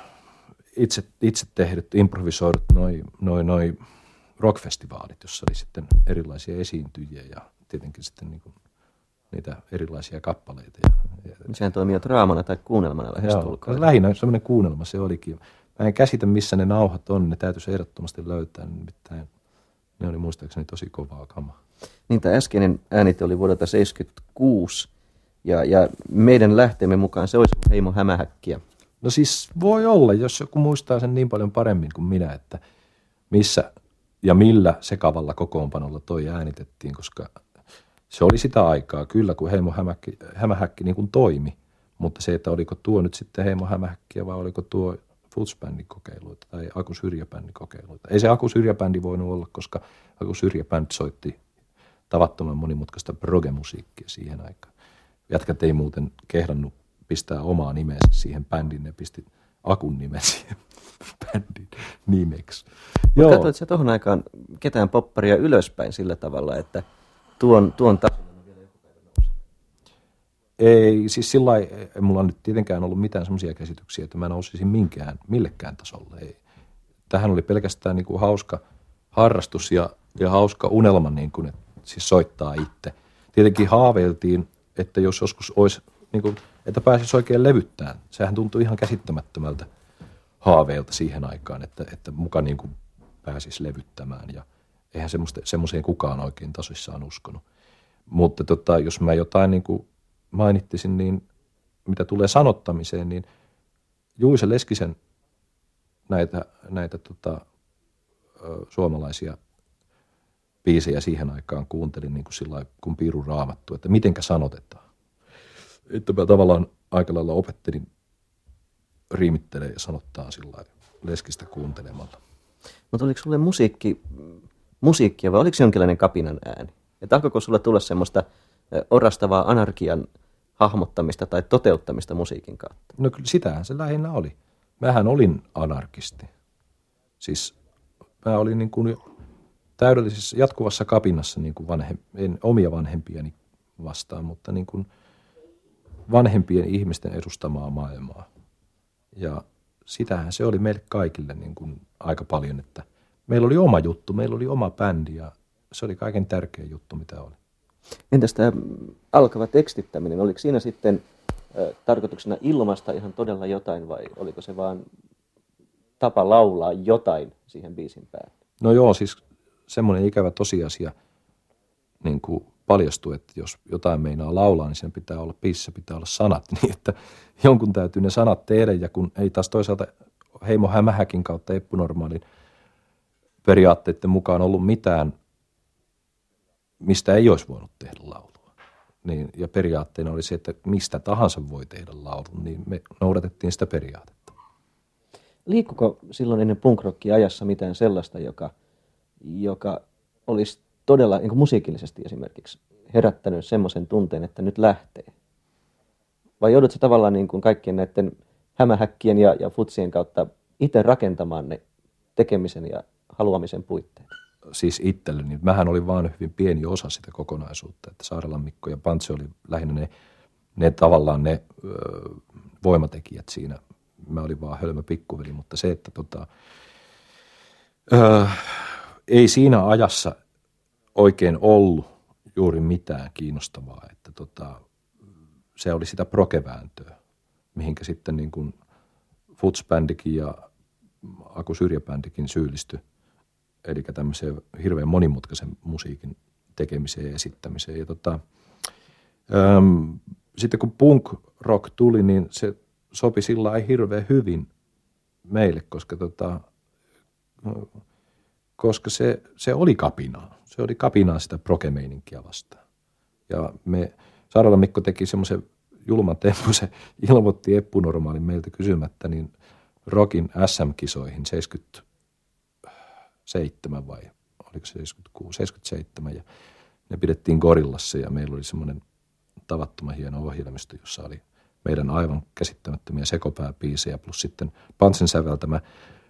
itse tehdyt, improvisoidut noi rockfestivaalit, jossa oli sitten erilaisia esiintyjiä ja tietenkin sitten niin kuin niitä erilaisia kappaleita. Sehän toimii jo draamana tai kuunnelmana lähestulkoon. Lähinnä semmoinen kuunnelma se olikin. Mä en käsitä, missä ne nauhat on, ne täytyisi ehdottomasti löytää, nimittäin ne oli muistaakseni tosi kovaa kamaa. Niin, tämä äskeinen äänite oli vuodelta 1976, ja meidän lähteemme mukaan se olisi Heimo Hämähäkkiä. No siis voi olla, jos joku muistaa sen niin paljon paremmin kuin minä, että missä ja millä sekavalla kokoonpanolla toi äänitettiin, koska se oli sitä aikaa kyllä, kun Heimo Hämähäkki niin kuin toimi, mutta se, että oliko tuo nyt sitten Heimo Hämähäkkiä vai oliko tuo Futs-bändin kokeiluita tai Aku Syrjäbändin kokeiluita. Ei se Aku Syrjäbändi voinut olla, koska Aku Syrjäbändi soitti tavattoman monimutkaista progemusiikkia siihen aikaan. Jätkät ei muuten kehdannut pistää omaa nimensä siihen bändiin, ne pisti Akun nimen siihen bändin nimeksi. Mutta katsoit sä tohon aikaan ketään popparia ylöspäin sillä tavalla, että tuon tason on vielä joku päivä nousee? Ei, siis sillä lailla, ei mulla nyt tietenkään ollut mitään semmoisia käsityksiä, että mä nousisin millekään tasolle. Ei. Tähän oli pelkästään niin kuin hauska harrastus ja hauska unelma, niin kuin, että siis soittaa itse. Tietenkin haaveiltiin, että jos joskus olisi, niin kuin, että pääsisi oikein levyttämään. Sehän tuntui ihan käsittämättömältä haaveilta siihen aikaan, että muka niin kuin pääsisi levyttämään. Ja eihän semmoiseen kukaan oikein tosissaan uskonut. Mutta jos mä jotain niin kuin mainittisin, niin mitä tulee sanottamiseen, niin Juise Leskisen näitä suomalaisia biisejä siihen aikaan kuuntelin niin kuin sillä kun piirun raamattu, että mitenkä sanotetaan. Että mä tavallaan aika lailla opettelin riimittelee ja sanottaa sillä Leskistä kuuntelemalla. Mutta oliko sulle musiikkia vai oliko se jonkinlainen kapinan ääni? Että alkoiko sulle tulla semmoista orastavaa anarkian hahmottamista tai toteuttamista musiikin kautta? No kyllä sitähän se lähinnä oli. Mähän olin anarkisti. Siis mä olin niin kuin täydellisessä jatkuvassa kapinassa niin kuin en omia vanhempiani vastaan, mutta niin kuin vanhempien ihmisten edustamaa maailmaa. Ja sitähän se oli meille kaikille niin kuin aika paljon, että meillä oli oma juttu, meillä oli oma bändi ja se oli kaiken tärkein juttu, mitä oli. Entäs tämä alkava tekstittäminen, oliko siinä sitten tarkoituksena ilmaista ihan todella jotain vai oliko se vaan tapa laulaa jotain siihen biisin päälle. No joo, siis semmoinen ikävä tosiasia niin kuin paljastui, että jos jotain meinaa laulaa, niin siinä pitää olla, biisissä pitää olla sanat, niin että jonkun täytyy ne sanat tehdä, ja kun ei taas toisaalta Heimo Hämähäkin kautta Eppu Normaalin periaatteiden mukaan ollut mitään, mistä ei olisi voinut tehdä laulua. Niin, ja periaatteena oli se, että mistä tahansa voi tehdä laulun, niin me noudatettiin sitä periaatetta. Liikkuko silloin ennen punkrockia ajassa mitään sellaista, joka olisi todella niin kuin musiikillisesti esimerkiksi herättänyt semmoisen tunteen, että nyt lähtee? Vai joudutko tavallaan niin kuin kaikkien näiden hämähäkkien ja futsien kautta itse rakentamaan ne tekemisen ja haluamisen puitteet? Siis itselleni. Mähän oli vaan hyvin pieni osa sitä kokonaisuutta, että Saaralan Mikko ja Pantse oli lähinnä ne tavallaan ne voimatekijät siinä. Mä olin vaan hölmö pikkuveli, mutta se, että ei siinä ajassa oikein ollut juuri mitään kiinnostavaa, että se oli sitä prokevääntöä, mihinkä sitten niin kuin Futs-bändikin ja Aku Syrjä-bändikin syyllistyi. Eli tämmöiseen hirveän monimutkaisen musiikin tekemiseen ja esittämiseen. Ja sitten kun punk rock tuli, niin se sopi sillä lailla hirveän hyvin meille, koska se oli kapinaa. Se oli kapinaa sitä prokemeininkiä vastaan. Ja Saaralan Mikko teki semmoisen julman tempun, se ilmoitti Eppu Normaalin meiltä kysymättä, niin rockin SM-kisoihin 77 vai oliko se 76, 77 ja ne pidettiin Gorillassa ja meillä oli semmoinen tavattoman hieno ohjelmisto, jossa oli meidän aivan käsittämättömiä sekopääbiisejä plus sitten Pantsen säveltämä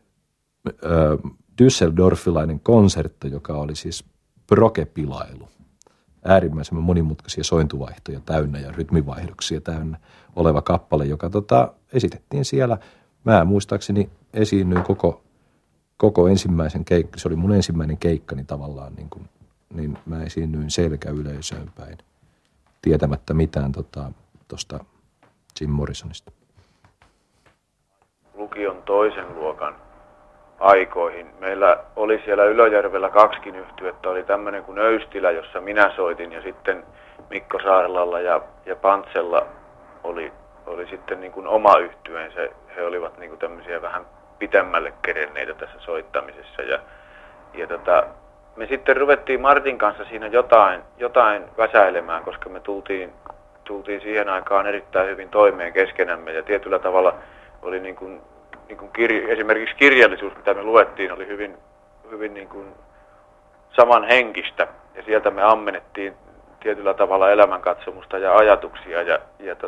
Düsseldorfilainen konsertto, joka oli siis prokepilailu. Äärimmäisen monimutkaisia sointuvaihtoja täynnä ja rytmivaihdoksia täynnä oleva kappale, joka esitettiin siellä. Mä muistaakseni esiinnyin koko ensimmäisen keikka, se oli mun ensimmäinen keikkani tavallaan, niin mä esiinnyin selkäyleisöön päin, tietämättä mitään tuosta Jim Morrisonista. Lukion toisen luokan aikoihin. Meillä oli siellä Ylöjärvellä 2 yhtyettä. Oli tämmöinen kuin Öystilä, jossa minä soitin, ja sitten Mikko Saarelalla ja Pantsella oli sitten niin kuin oma yhtyeensä. He olivat niin kuin tämmöisiä vähän pitemmälle kerenneitä tässä soittamisessa. Me sitten ruvettiin Martin kanssa siinä jotain väsäilemään, koska me tultiin siihen aikaan erittäin hyvin toimeen keskenämme, ja tietyllä tavalla oli esimerkiksi kirjallisuus, mitä me luettiin, oli hyvin niin kuin samanhenkistä, ja sieltä me ammennettiin tietyllä tavalla elämänkatsomusta ja ajatuksia, ja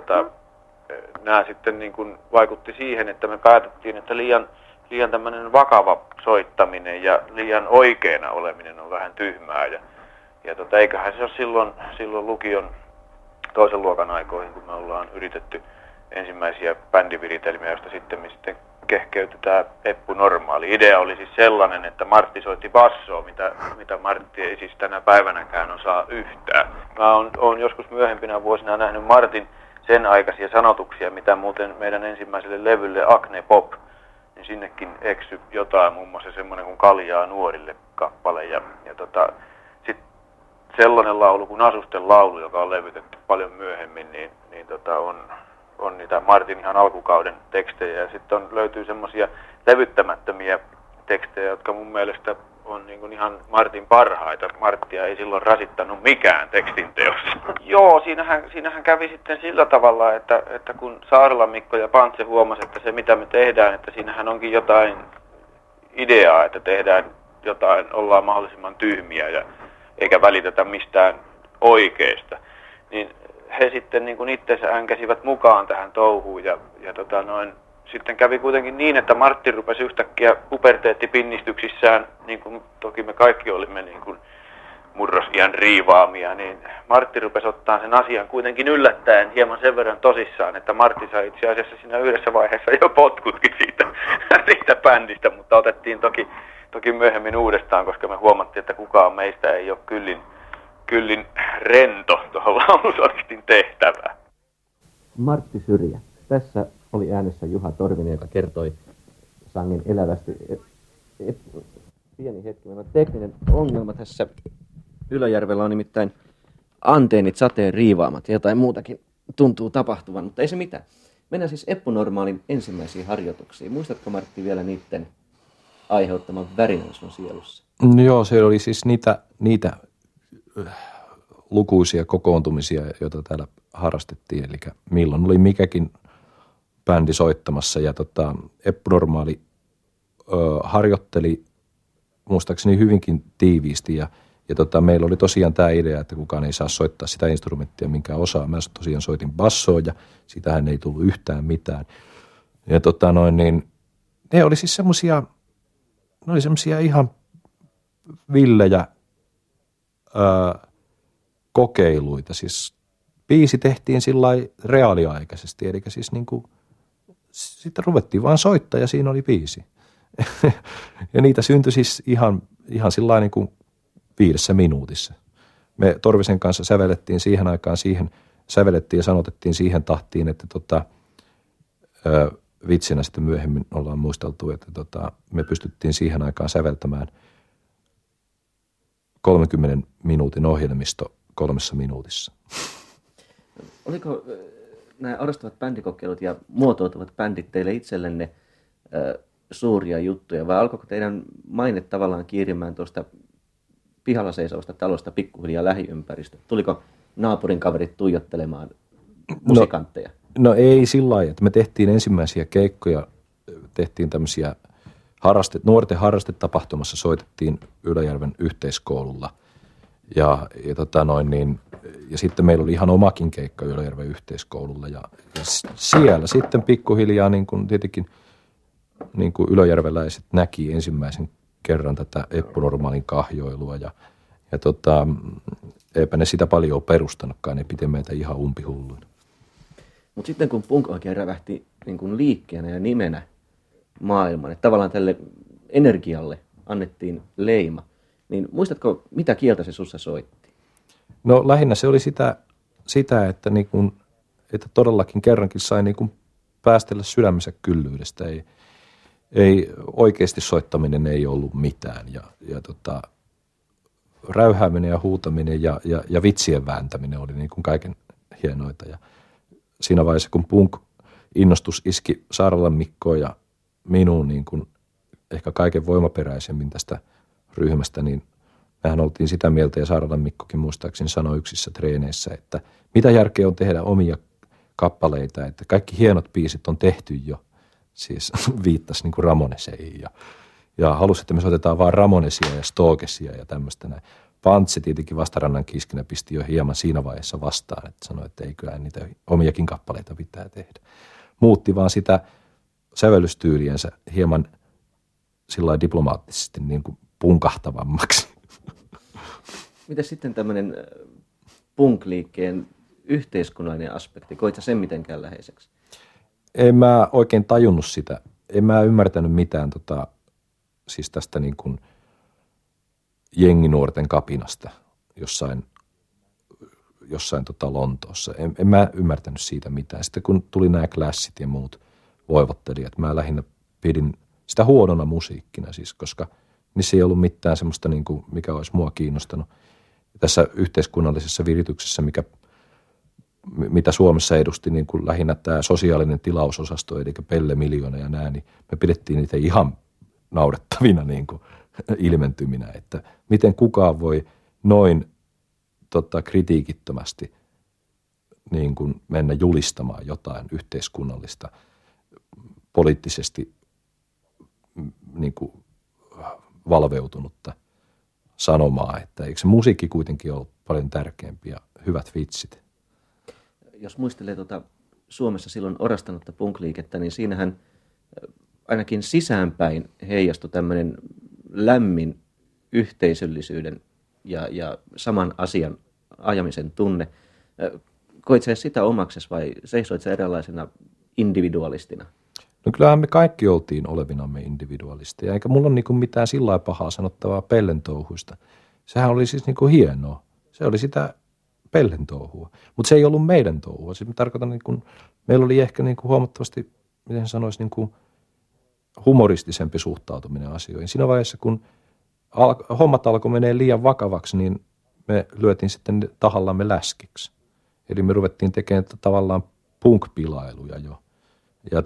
nämä sitten niin kuin vaikutti siihen, että me päätettiin, että liian tämmöinen vakava soittaminen ja liian oikeana oleminen on vähän tyhmää, ja eiköhän se ole silloin lukion toisen luokan aikoihin, kun me ollaan yritetty ensimmäisiä bändiviritelmiä, joista sitten kehkeytyi tämä Eppu Normaali. Idea oli siis sellainen, että Martti soitti bassoa, mitä Martti ei siis tänä päivänäkään osaa yhtään. Mä oon joskus myöhempinä vuosina nähnyt Martin sen aikaisia sanotuksia, mitä muuten meidän ensimmäiselle levylle Acne Pop, niin sinnekin eksy jotain, muun muassa semmoinen kuin Kaljaa nuorille kappale. Sitten sellainen laulu kuin Asusten laulu, joka on levytetty paljon myöhemmin, on niitä Martin ihan alkukauden tekstejä. Ja sitten löytyy semmoisia levyttämättömiä tekstejä, jotka mun mielestä on niin kuin ihan Martin parhaita. Marttia ei silloin rasittanut mikään tekstinteossa. Joo, siinähän kävi sitten sillä tavalla, että kun Saaralan Mikko ja Pantse huomasi, että se mitä me tehdään, että siinähän onkin jotain ideaa, että tehdään jotain, ollaan mahdollisimman tyhmiä eikä välitetä mistään oikeesta. Niin he sitten niin kuin itsensä änkäsivät mukaan tähän touhuun sitten kävi kuitenkin niin, että Martti rupesi yhtäkkiä puberteettipinnistyksissään, niin kuin toki me kaikki olimme niin kuin murrosiän riivaamia, niin Martti rupesi ottaa sen asian kuitenkin yllättäen hieman sen verran tosissaan, että Martti sai itse asiassa siinä yhdessä vaiheessa jo potkutkin siitä bändistä, mutta otettiin toki myöhemmin uudestaan, koska me huomattiin, että kukaan meistä ei ole kyllin rento tuohon laulusolistin tehtävään. Martti Syrjä. Tässä oli äänessä Juha Torvinen, joka kertoi sangen elävästi. Pieni hetki, meillä on tekninen ongelma tässä. Ylöjärvellä on nimittäin antennit sateen riivaamat ja jotain muutakin tuntuu tapahtuvan, mutta ei se mitään. Mennään siis Eppu Normaalin ensimmäisiin harjoituksiin. Muistatko, Martti, vielä niiden aiheuttaman värinän sun sielussa? No joo, se oli siis niitä lukuisia kokoontumisia, joita täällä harrastettiin. Eli milloin oli mikäkin bändi soittamassa ja Eppu Normaali harjoitteli muistaakseni hyvinkin tiiviisti ja meillä oli tosiaan tämä idea, että kukaan ei saa soittaa sitä instrumenttia, minkä osaa. Mä tosiaan soitin bassoa ja sitähän ei tullut yhtään mitään. Ja ne oli siis semmosia ihan villejä kokeiluita. Siis biisi tehtiin sillai reaaliaikaisesti, eli siis sitten ruvettiin vaan soittaa ja siinä oli biisi. Ja niitä syntyi siis ihan sillain niin kuin 5 minuutissa. Me Torvisen kanssa sävellettiin siihen aikaan sävellettiin ja sanotettiin siihen tahtiin, että vitsinä sitten myöhemmin ollaan muisteltu, että me pystyttiin siihen aikaan säveltämään 30 minuutin ohjelmisto 3 minuutissa. Oliko nämä orastavat bändikokeilut ja muotoutuvat bändit teille itsellenne suuria juttuja, vai alkoiko teidän maine tavallaan kiirimään tuosta pihalla seisovasta talosta pikkuhiljaa lähiympäristö? Tuliko naapurin kaverit tuijottelemaan musikantteja? No ei sillä lailla, että me tehtiin ensimmäisiä keikkoja, tehtiin tämmöisiä nuorten harrastetapahtumassa, soitettiin Ylöjärven yhteiskoululla ja sitten meillä oli ihan omakin keikka Ylöjärven yhteiskoululla ja siellä sitten pikkuhiljaa niin kuin tietenkin niin kuin ylöjärveläiset näki ensimmäisen kerran tätä Eppu Normaalin kahjoilua ja eipä ne sitä paljon ole perustanutkaan, ne piti meitä ihan umpihulluina. Mutta sitten kun punk oikein rävähti niin kuin liikkeenä ja nimenä maailmaan, että tavallaan tälle energialle annettiin leima, niin muistatko, mitä kieltä se sussa soitti? No lähinnä se oli sitä että, niin kuin, että todellakin kerrankin sai niin kuin päästellä sydämensä kyllyydestä. Ei oikeasti soittaminen ei ollut mitään ja räyhääminen ja huutaminen ja vitsien vääntäminen oli niin kuin kaiken hienoita. Ja siinä vaiheessa, kun punk-innostus iski Saaralan Mikkoon ja minuun niin kuin ehkä kaiken voimaperäisemmin tästä ryhmästä, niin mehän oltiin sitä mieltä ja Saaralan Mikkokin muistaakseni sanoi yksissä treeneissä, että mitä järkeä on tehdä omia kappaleita, että kaikki hienot biisit on tehty jo. Siis viittasi niin kuin Ramoneseihin ja halusi, että me soitetaan vaan Ramonesia ja Stokesia ja tämmöistä näin. Pantse tietenkin Vastarannan Kiskinä pisti jo hieman siinä vaiheessa vastaan, että sanoi, että ei kyllä niitä omiakin kappaleita pitää tehdä. Muutti vaan sitä sävellystyyliensä hieman sillä diplomaattisesti niin kuin punkahtavammaksi. Mitä sitten tämmöinen punk-liikkeen yhteiskunnallinen aspekti? Koit sä sen mitenkään läheiseksi? En mä oikein tajunnut sitä. En mä ymmärtänyt mitään siis tästä niin kuin jenginuorten kapinasta jossain Lontoossa. En mä ymmärtänyt siitä mitään. Sitten kun tuli nämä Clashit ja muut voivottelijat, mä lähinnä pidin sitä huonona musiikkina siis, koska niissä ei ollut mitään semmoista, niin kuin, mikä olisi mua kiinnostanut. Tässä yhteiskunnallisessa virityksessä, mitä Suomessa edusti niin kuin lähinnä tämä sosiaalinen tilausosasto, eli Pelle Miljoona ja nämä, niin me pidettiin niitä ihan naurettavina niin kuin ilmentyminä, että miten kukaan voi noin kritiikittömästi niin kuin mennä julistamaan jotain yhteiskunnallista, poliittisesti niin kuin valveutunutta sanomaa, että eikö se musiikki kuitenkin ole paljon tärkeämpi ja hyvät vitsit. Jos muistelee Suomessa silloin orastanutta punk-liikettä, niin siinähän ainakin sisäänpäin heijastui tämmöinen lämmin yhteisöllisyyden ja saman asian ajamisen tunne. Koit sä sitä omaksesi vai seisoit sä eräänlaisena individualistina? No kyllähän me kaikki oltiin olevinamme individualisteja, eikä mulla ole niin kuin mitään sillä lailla pahaa sanottavaa Pellen touhuista. Sehän oli siis niin kuin hienoa. Se oli sitä Pellen touhua, mutta se ei ollut meidän touhua. Siis mä tarkoitan, niin kuin, meillä oli ehkä niin kuin huomattavasti, miten sanoisi, niin kuin humoristisempi suhtautuminen asioihin. Siinä vaiheessa, kun hommat alkoi menee liian vakavaksi, niin me lyötiin sitten tahallamme läskiksi. Eli me ruvettiin tekemään tavallaan punk-pilailuja jo. Ja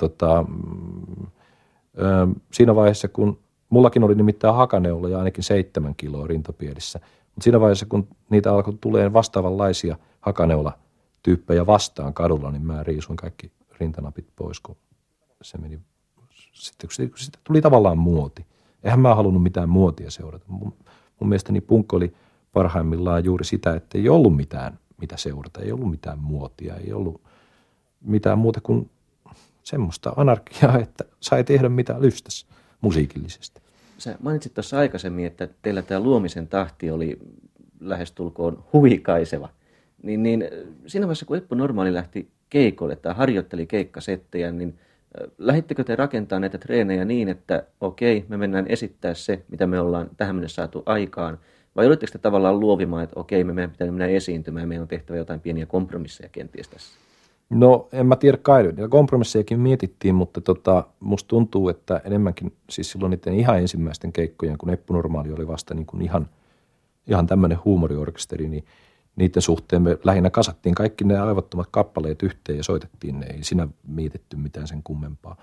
siinä vaiheessa, kun mullakin oli nimittäin hakaneuloja ainakin 7 kiloa rintapielissä, mutta siinä vaiheessa, kun niitä alkoi tulemaan vastaavanlaisia hakaneula-tyyppejä vastaan kadulla, niin mä riisuin kaikki rintanapit pois, kun se meni. Sitten tuli tavallaan muoti. Eihän mä halunnut mitään muotia seurata. Mun mielestäni punk oli parhaimmillaan juuri sitä, että ei ollut mitään, mitä seurata. Ei ollut mitään muotia, ei ollut mitään muuta kuin semmoista anarkiaa, että sai tehdä mitä lystäsi musiikillisesti. Sä mainitsit tuossa aikaisemmin, että teillä tämä luomisen tahti oli lähestulkoon huikaiseva. Niin siinä vaiheessa, kun Eppu Normaali lähti keikoille tai harjoitteli keikkasettejä, niin lähdittekö te rakentaa näitä treenejä niin, että okei, me mennään esittää se, mitä me ollaan tähän mennessä saatu aikaan, vai olitteko te tavallaan luovimaan, että okei, meidän pitää mennä esiintymään, meidän on tehtävä jotain pieniä kompromisseja kenties tässä? No en mä tiedä kai, ja kompromissejakin mietittiin, mutta musta tuntuu, että enemmänkin siis silloin niiden ihan ensimmäisten keikkojen, kun Eppu Normaali oli vasta niin kuin ihan tämmöinen huumoriorkesteri, niin niiden suhteen me lähinnä kasattiin kaikki ne aivottomat kappaleet yhteen ja soitettiin ne. Ei siinä mietitty mitään sen kummempaa.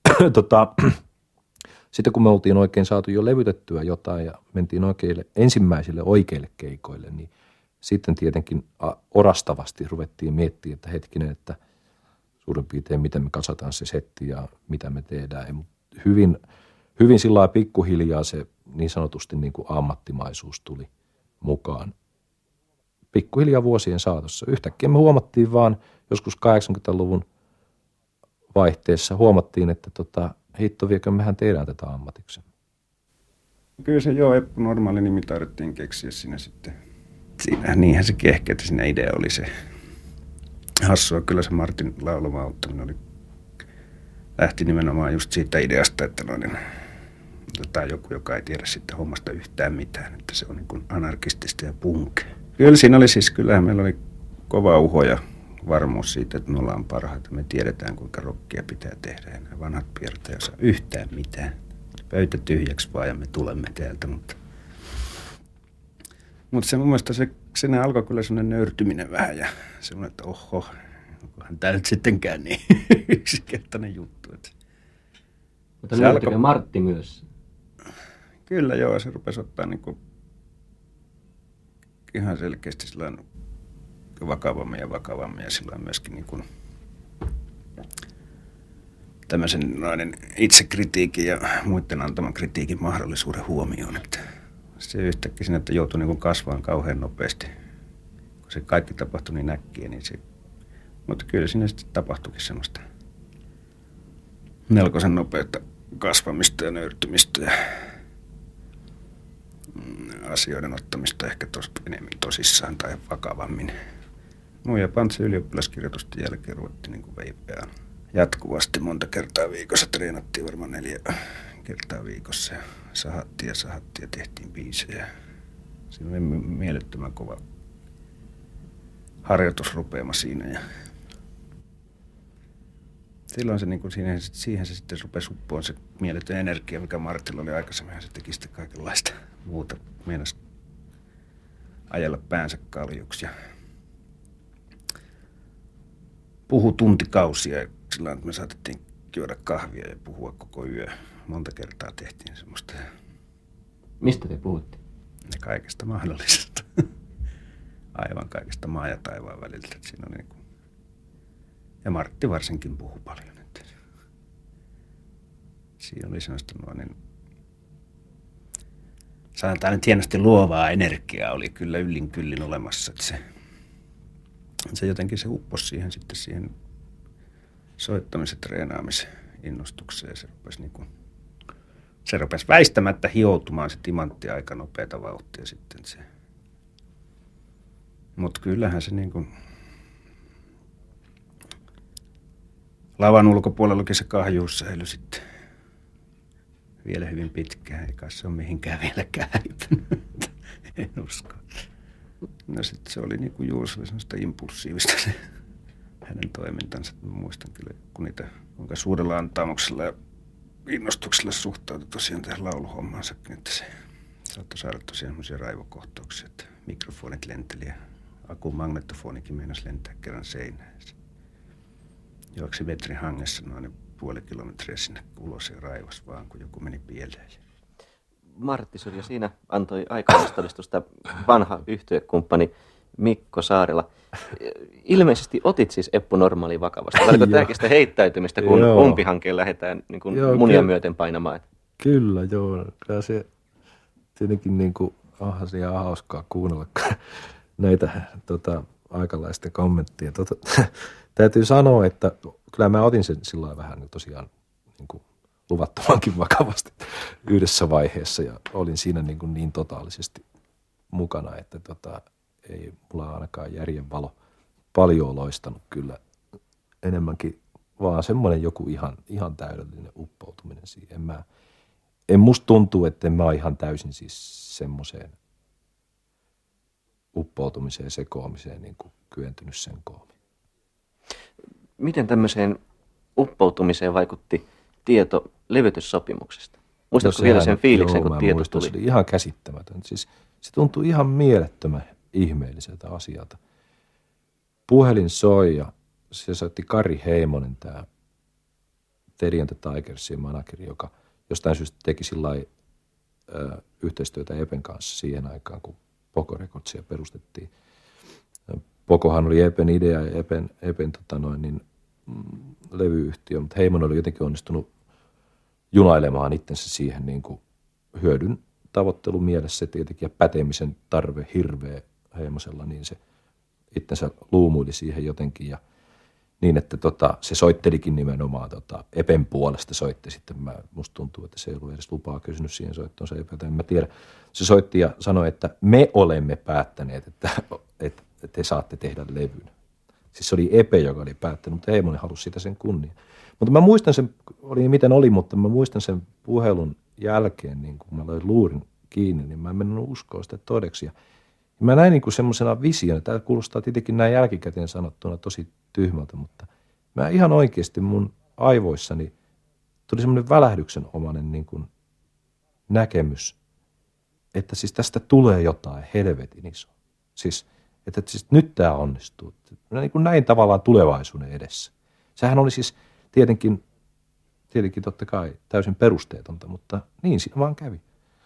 Sitten kun me oltiin oikein saatu jo levytettyä jotain ja mentiin ensimmäisille oikeille keikoille, niin sitten tietenkin orastavasti ruvettiin miettimään, että hetkinen, että suurin piirtein miten me kasataan se setti ja mitä me tehdään. Hyvin sillä lailla pikkuhiljaa se niin sanotusti niin kuin ammattimaisuus tuli mukaan. Pikkuhiljaa vuosien saatossa. Yhtäkkiä me huomattiin vaan joskus 80-luvun vaihteessa huomattiin, että hitto viekö mehän tehdään tätä ammatiksi. Kyllä se Eppu Normaali nimi tarvittiin keksiä siinä sitten. Niinhän se kehkeytti, siinä idea oli se hassua. Kyllä se Martin laulava auttaminen lähti nimenomaan just siitä ideasta, että otetaan joku, joka ei tiedä sitten hommasta yhtään mitään, että se on niin kuin anarkistista ja punk. Kyllä siinä oli siis, kyllähän meillä oli kova uho ja varmuus siitä, että me ollaan parhaita. Me tiedetään, kuinka rockia pitää tehdä ja nämä vanhat pierät ei osaa yhtään mitään. Pöytä tyhjäksi vaan ja me tulemme täältä, mutta se mun mielestä se alkoi kyllä sellainen nöyrtyminen vähän ja semmoinen, että oho, onkohan tää nyt sittenkään niin yksinkertainen juttu. Mutta nöyrtykö Martti myös? Kyllä joo, se rupesi ottaa niinku ihan selkeästi sellainen vakavammin ja sillä myöskin niin kuin tämmöisen itsekritiikin ja muiden antaman kritiikin mahdollisuuden huomioon. Että se yhtäkkiä siinä, että joutui niin kuin kasvamaan kauhean nopeasti, kun se kaikki tapahtui niin äkkiä, niin mutta kyllä siinä sitten tapahtuikin semmoista melkoisen nopeutta kasvamista ja nöyrtymistä ja asioiden ottamista ehkä enemmän tosissaan tai vakavammin. Mun ja Pantse ylioppilaskirjoitusten jälkeen ruvettiin niin kuin veipeään jatkuvasti monta kertaa viikossa. Treenattiin varmaan 4 kertaa viikossa ja sahattiin ja tehtiin biisejä. Siinä oli mielettömän kova harjoitusrupeama siinä. Ja silloin se, niin kuin siihen se sitten rupesi uppoon se mieletön energia, mikä Martilla oli aikaisemmin. Se teki sitten kaikenlaista muuta. Meinasi ajella päänsä kaljuksi ja puhui tuntikausia ja sillä tavalla, että me saatettiin juoda kahvia ja puhua koko yö. Monta kertaa tehtiin semmoista. Mistä te puhutte? Kaikesta mahdollisesta. Aivan kaikesta maan ja taivaan väliltä. Siinä oli niin ja Martti varsinkin puhui paljon. Siinä oli semmoista sanotaan nyt hienosti luovaa energiaa oli kyllä yllin kyllin olemassa. Että se jotenkin se upposi siihen soittamisen, treenaamisen innostukseen. Se rupesi väistämättä hioutumaan se timantti aika nopeata vauhtia sitten se. Mutta kyllähän se niin kuin lavan ulkopuolellakin se kahjuus säilyi sitten vielä hyvin pitkään. Eikä se ole mihinkään vieläkään häipynyt. En usko. No sitten se oli niin kuin juuri sellaista impulsiivista se hänen toimintansa. Mä muistan kyllä, kun niitä kuinka suurella antaamuksella ja innostuksella suhtautui tosiaan tähän lauluhommaansa, että se saattoi saada tosiaan semmoisia raivokohtauksia, että mikrofonit lenteli ja akumagnetofonikin meinasi lentää kerran seinään. Se juoksi metrin hangessa noin puoli kilometriä sinne ulos ja raivasi vaan, kun joku meni pieleen. Martti Syrjä siinä antoi aikaistodistusta vanha yhtyekumppani Mikko Saarela. Ilmeisesti otit siis Eppu Normaalin vakavasti. Oliko tämäkin sitä heittäytymistä, kun umpihankeen lähdetään niin kuin munia myöten painamaan? Kyllä, joo. Kyllä se tietenkin niin kuin, onhan se ihan hauskaa kuunnella näitä aikalaisten kommenttia. Täytyy sanoa, että kyllä mä otin sen sillä lailla vähän tosiaan niin kuin luvattomankin vakavasti yhdessä vaiheessa ja olin siinä niin totaalisesti mukana, että ei mulla ainakaan järjenvalo paljon loistanut kyllä enemmänkin, vaan semmoinen joku ihan täydellinen uppoutuminen siihen. Musta tuntuu, että en mä ole ihan täysin siis semmoiseen uppoutumiseen ja sekoamiseen niin kuin kyentynyt sen koomiin. Miten tämmöiseen uppoutumiseen vaikutti tieto levytyssopimuksesta? Muistatko vielä sen fiiliksen, kun tieto tuli? Se oli ihan käsittämätön. Siis se tuntui ihan mielettömän ihmeelliseltä asialta. Puhelin soi ja se soitti Kari Heimonen, tämä Teddy and the Tigersin manageri, joka jostain syystä teki sillai yhteistyötä Epen kanssa siihen aikaan, kun Poco Recordsia perustettiin. Pocohan oli Epen idea ja Epen levyyhtiö, mutta Heimonen oli jotenkin onnistunut junailemaan itsensä siihen niin kuin hyödyn tavoittelun mielessä tietenkin ja pätemisen tarve hirveä Heimosella, niin se itsensä luumuili siihen jotenkin ja niin, että se soittelikin nimenomaan Epen puolesta soitti sitten. Musta tuntuu, että se ei ollut edes lupaa kysynyt siihen soittoonsa Epeltä, en mä tiedä. Se soitti ja sanoi, että me olemme päättäneet, että te saatte tehdä levyn. Siis se oli Epe, joka oli päättänyt, mutta Heimonen halusi sitä sen kunnia. Mutta mä muistan sen, oli miten oli, mutta mä muistan sen puhelun jälkeen, niin kun mä löin luurin kiinni, niin mä en mennyt uskoa sitä todeksi. Ja mä näin niin kuin semmoisena visiona, tämä kuulostaa tietenkin näin jälkikäteen sanottuna tosi tyhmältä, mutta mä ihan oikeasti mun aivoissani tuli semmoinen välähdyksenomainen niin kuin näkemys, että siis tästä tulee jotain helvetin iso. Siis, että siis nyt tämä onnistuu. Mä niin kuin näin tavallaan tulevaisuuden edessä. Sehän oli siis tietenkin totta kai täysin perusteetonta, mutta niin siinä vaan kävi.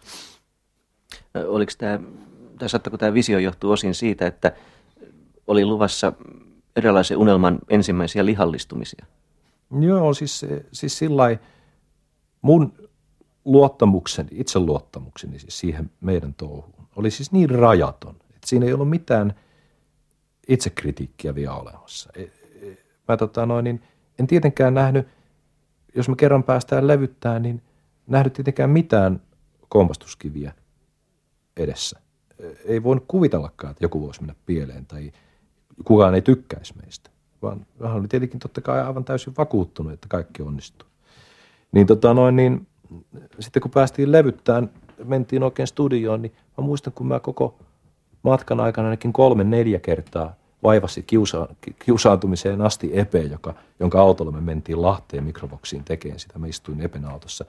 Oliko saattako tämä visio johtuu osin siitä, että oli luvassa erilaisen unelman ensimmäisiä lihallistumisia? Joo, siis sillai mun itseluottamukseni siis siihen meidän touhuun oli siis niin rajaton, että siinä ei ollut mitään itsekritiikkiä vielä olemassa. En tietenkään nähnyt, jos me kerran päästään levyttämään, niin nähnyt tietenkään mitään kompastuskiviä edessä. Ei voinut kuvitellakaan, että joku voisi mennä pieleen tai kukaan ei tykkäisi meistä, vaan hän oli tietenkin totta kai aivan täysin vakuuttunut, että kaikki onnistuu. Niin, sitten kun päästiin levyttämään, mentiin oikein studioon, niin mä muistan, kun mä koko matkan aikana ainakin 3-4 kertaa vaivasi kiusaantumiseen asti Epe, jonka autolla me mentiin Lahteen Mikroboksiin tekemään sitä. Mä istuin Epen autossa.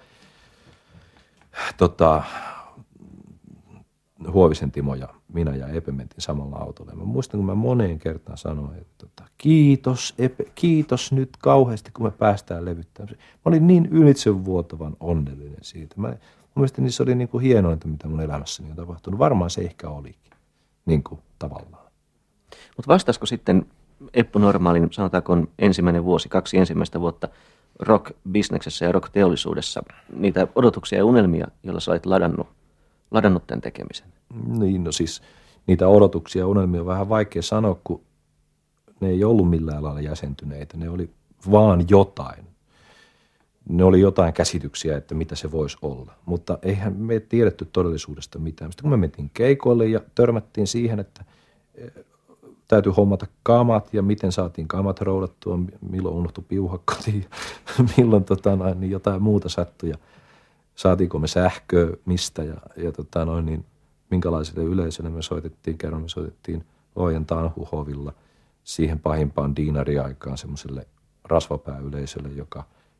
Huovisen Timo ja minä ja Epe mentiin samalla autolla. Mä muistan, kun mä moneen kertaan sanoin, että kiitos Epe, kiitos nyt kauheasti, kun me päästään levyttämään. Mä olin niin ylitsevuotavan onnellinen siitä. Mun mielestä niin se oli niin kuin hienointa, mitä mun elämässäni on tapahtunut. Varmaan se ehkä olikin, niin kuin tavallaan. Mutta vastaisiko sitten Eppu Normaalin, sanotaanko ensimmäinen vuosi, 2 ensimmäistä vuotta rock-bisneksessä ja rock-teollisuudessa niitä odotuksia ja unelmia, joilla sä olet ladannut tämän tekemisen? Niin, no siis niitä odotuksia ja unelmia on vähän vaikea sanoa, kun ne ei ollut millään lailla jäsentyneitä. Ne oli vaan jotain. Ne oli jotain käsityksiä, että mitä se voisi olla. Mutta eihän me tiedetty todellisuudesta mitään. Sitten kun me mentiin keikoille ja törmättiin siihen, että täytyy hommata kamat ja miten saatiin kamat roudattua, milloin unohtui piuha kotiin, milloin niin jotain muuta sattui ja saatiinko me sähköä mistä ja minkälaiselle yleisölle me soitettiin. Kerran me soitettiin Lohjan Tanhuhovilla siihen pahimpaan diinariaikaan semmoiselle rasvapääyleisölle, joka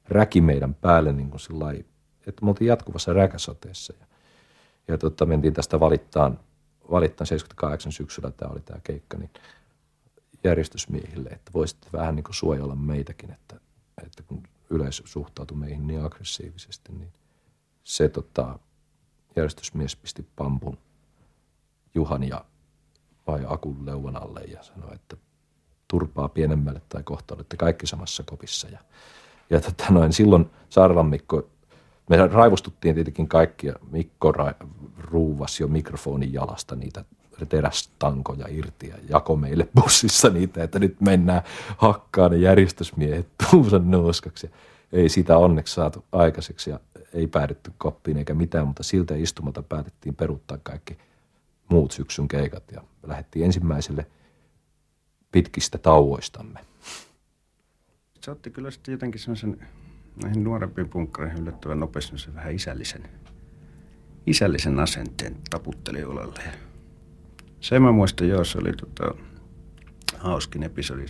räki meidän päälle niin kuin sillai, että me oltiin jatkuvassa räkäsateessa. Ja mentiin tästä valittaan 78 syksyllä, tämä oli tämä keikka, niin järjestysmiehille, että voisitte vähän niin kuin suojella meitäkin, että kun yleisö suhtautui meihin niin aggressiivisesti, niin se järjestysmies pisti pampun Juhan vai Akun leuan alle ja sanoi, että turpaa pienemmälle tai kohta olette kaikki samassa kopissa. Ja silloin Saaralan Mikko, me raivostuttiin tietenkin kaikki ja Mikko ruuvasi jo mikrofonin jalasta niitä terästankoja irti ja jako meille bussissa niitä, että nyt mennään hakkaan ne järjestysmiehet puusan nuoskaksi. Ei sitä onneksi saatu aikaiseksi ja ei päädytty koppiin eikä mitään, mutta siltä istumalta päätettiin peruuttaa kaikki muut syksyn keikat ja lähdettiin ensimmäiselle pitkistä tauoistamme. Se otti kyllä sitten jotenkin semmoisen näihin nuorempiin punkkareihin yllättävän nopeasti se vähän isällisen asenteen taputteli olalle. Se mä muistan, joo, se oli hauskin episodi.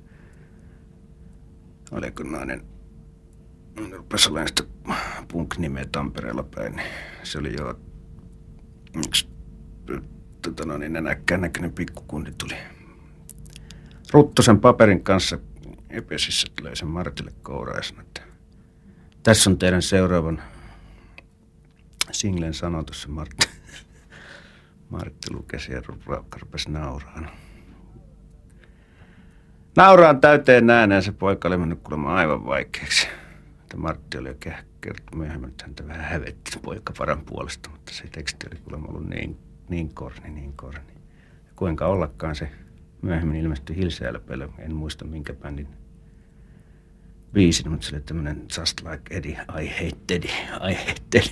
Oliko noinen, rupesi olemaan sitä punk-nimeä Tampereella päin, niin se oli jo yksi nenäkkään näköinen pikkukundi tuli ruttosen paperin kanssa Epesissä, löi sen Martille kouraan ja sanoi, että tässä on teidän seuraavan singlen sanotus. Martti lukesi ja Raukka rupesi nauraan. Nauraan täyteen ääneen, se poika oli mennyt kuulemma aivan vaikeaksi. Että Martti oli jo kertonut myöhemmin, että häntä vähän hävetti poikaparan puolesta, mutta se teksti oli kuulemma ollut niin korni. Ja kuinka ollakaan se myöhemmin ilmestyi Hilsääläpöllä, en muista minkä bändin biisin, mutta se oli tämmöinen Just Like Eddie, I hate Teddy.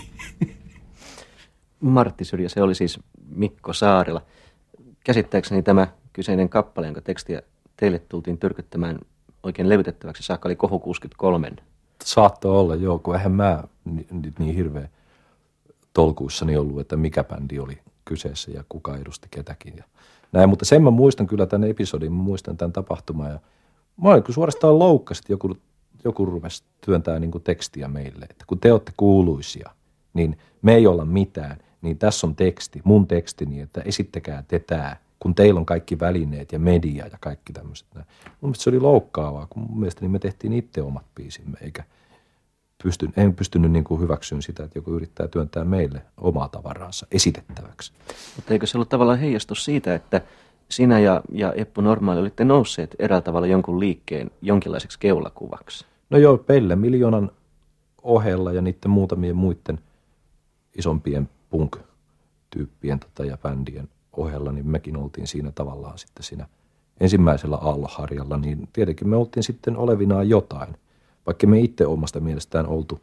Martti Syrjä, se oli siis Mikko Saarela. Käsittääkseni tämä kyseinen kappale, jonka tekstiä teille tultiin tyrkyttämään oikein levytettäväksi saakka, oli Kohu 63. Saattoi olla, joo, kun eihän mä niin hirveä tolkuissani ollut, että mikä bändi oli kyseessä ja kuka edusti ketäkin. Ja näin, mutta sen mä muistan kyllä tämän episodin, mä muistan tämän tapahtuman. Ja mä olin suorastaan loukkasit, joku rupesi työntää niin kuin tekstiä meille, että kun te olette kuuluisia, niin me ei olla mitään, niin tässä on teksti, mun tekstini, että esittäkää te tää, kun teillä on kaikki välineet ja media ja kaikki tämmöiset. Mun mielestä se oli loukkaavaa, kun mun mielestä niin me tehtiin itse omat biisimme, eikä en pystynyt niin kuin hyväksyyn sitä, että joku yrittää työntää meille omaa tavaraansa esitettäväksi. Mutta eikö se ollut tavallaan heijastus siitä, että sinä ja Eppu Normaali olitte nousseet eräällä tavalla jonkun liikkeen jonkinlaiseksi keulakuvaksi? No joo, Pelle Miljoonan ohella ja niiden muutamien muiden isompien punk-tyyppien ja bändien ohella, niin mekin oltiin siinä tavallaan sitten siinä ensimmäisellä aalloharjalla, niin tietenkin me oltiin sitten olevinaan jotain, vaikka me itse omasta mielestään oltu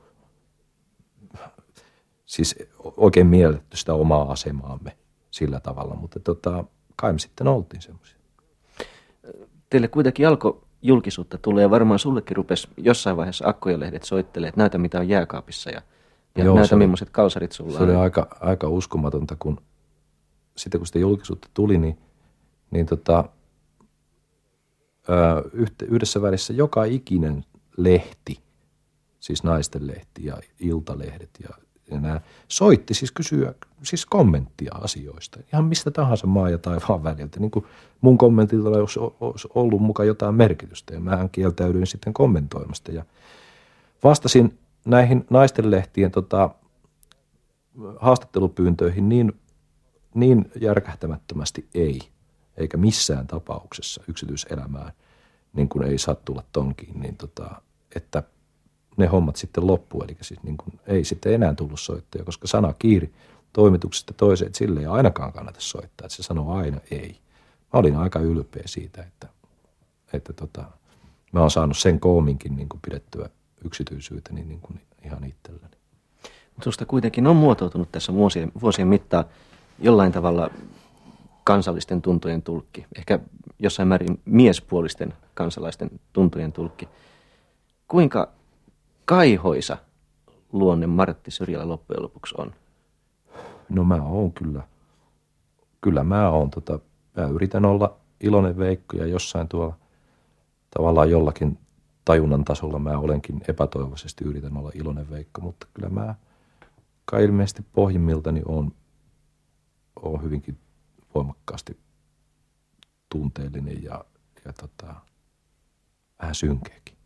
siis oikein mielletty sitä omaa asemaamme sillä tavalla, mutta kai me sitten oltiin semmoisia. Teille kuitenkin alkoi julkisuutta tulee ja varmaan sullekin rupesi jossain vaiheessa Akkojen-lehdet soittelee, että näytä mitä on jääkaapissa ja joo, näytä millaiset kalsarit sulla on. Se oli aika uskomatonta, kun sitten kun sitä julkisuutta tuli, niin yhdessä välissä joka ikinen lehti, siis naisten lehti ja iltalehdet ja nämä soitti siis kysyä siis kommenttia asioista. Ihan mistä tahansa maa ja taivaan väliltä. Niin kuin mun kommentilta olisi ollut mukaan jotain merkitystä ja mähän kieltäydyin sitten kommentoimasta. Ja vastasin näihin naistenlehtien haastattelupyyntöihin niin järkähtämättömästi ei, eikä missään tapauksessa yksityiselämään, niin kuin ei saa tulla tonkiin, niin että ne hommat sitten loppuu, eli siis niin kuin ei sitten enää tullut soittajia, koska sana kiiri toimituksesta toiseen, että sille ei ainakaan kannata soittaa, että se sanoo aina ei. Mä olin aika ylpeä siitä, että mä oon saanut sen koominkin niin kuin pidettyä yksityisyyteni niin kuin ihan itselläni. Susta kuitenkin on muotoutunut tässä vuosien mittaan jollain tavalla kansallisten tuntojen tulkki, ehkä jossain määrin miespuolisten kansalaisten tuntojen tulkki. Kuinka kaihoisa luonne Martti Syrjälä loppujen lopuksi on? No mä oon kyllä mä oon mä yritän olla iloinen Veikko ja jossain tuolla tavallaan jollakin tajunnan tasolla mä olenkin epätoivoisesti yritän olla iloinen Veikko, mutta kyllä mä kai ilmeisesti pohjimmiltani on hyvinkin voimakkaasti tunteellinen ja vähän synkeäkin.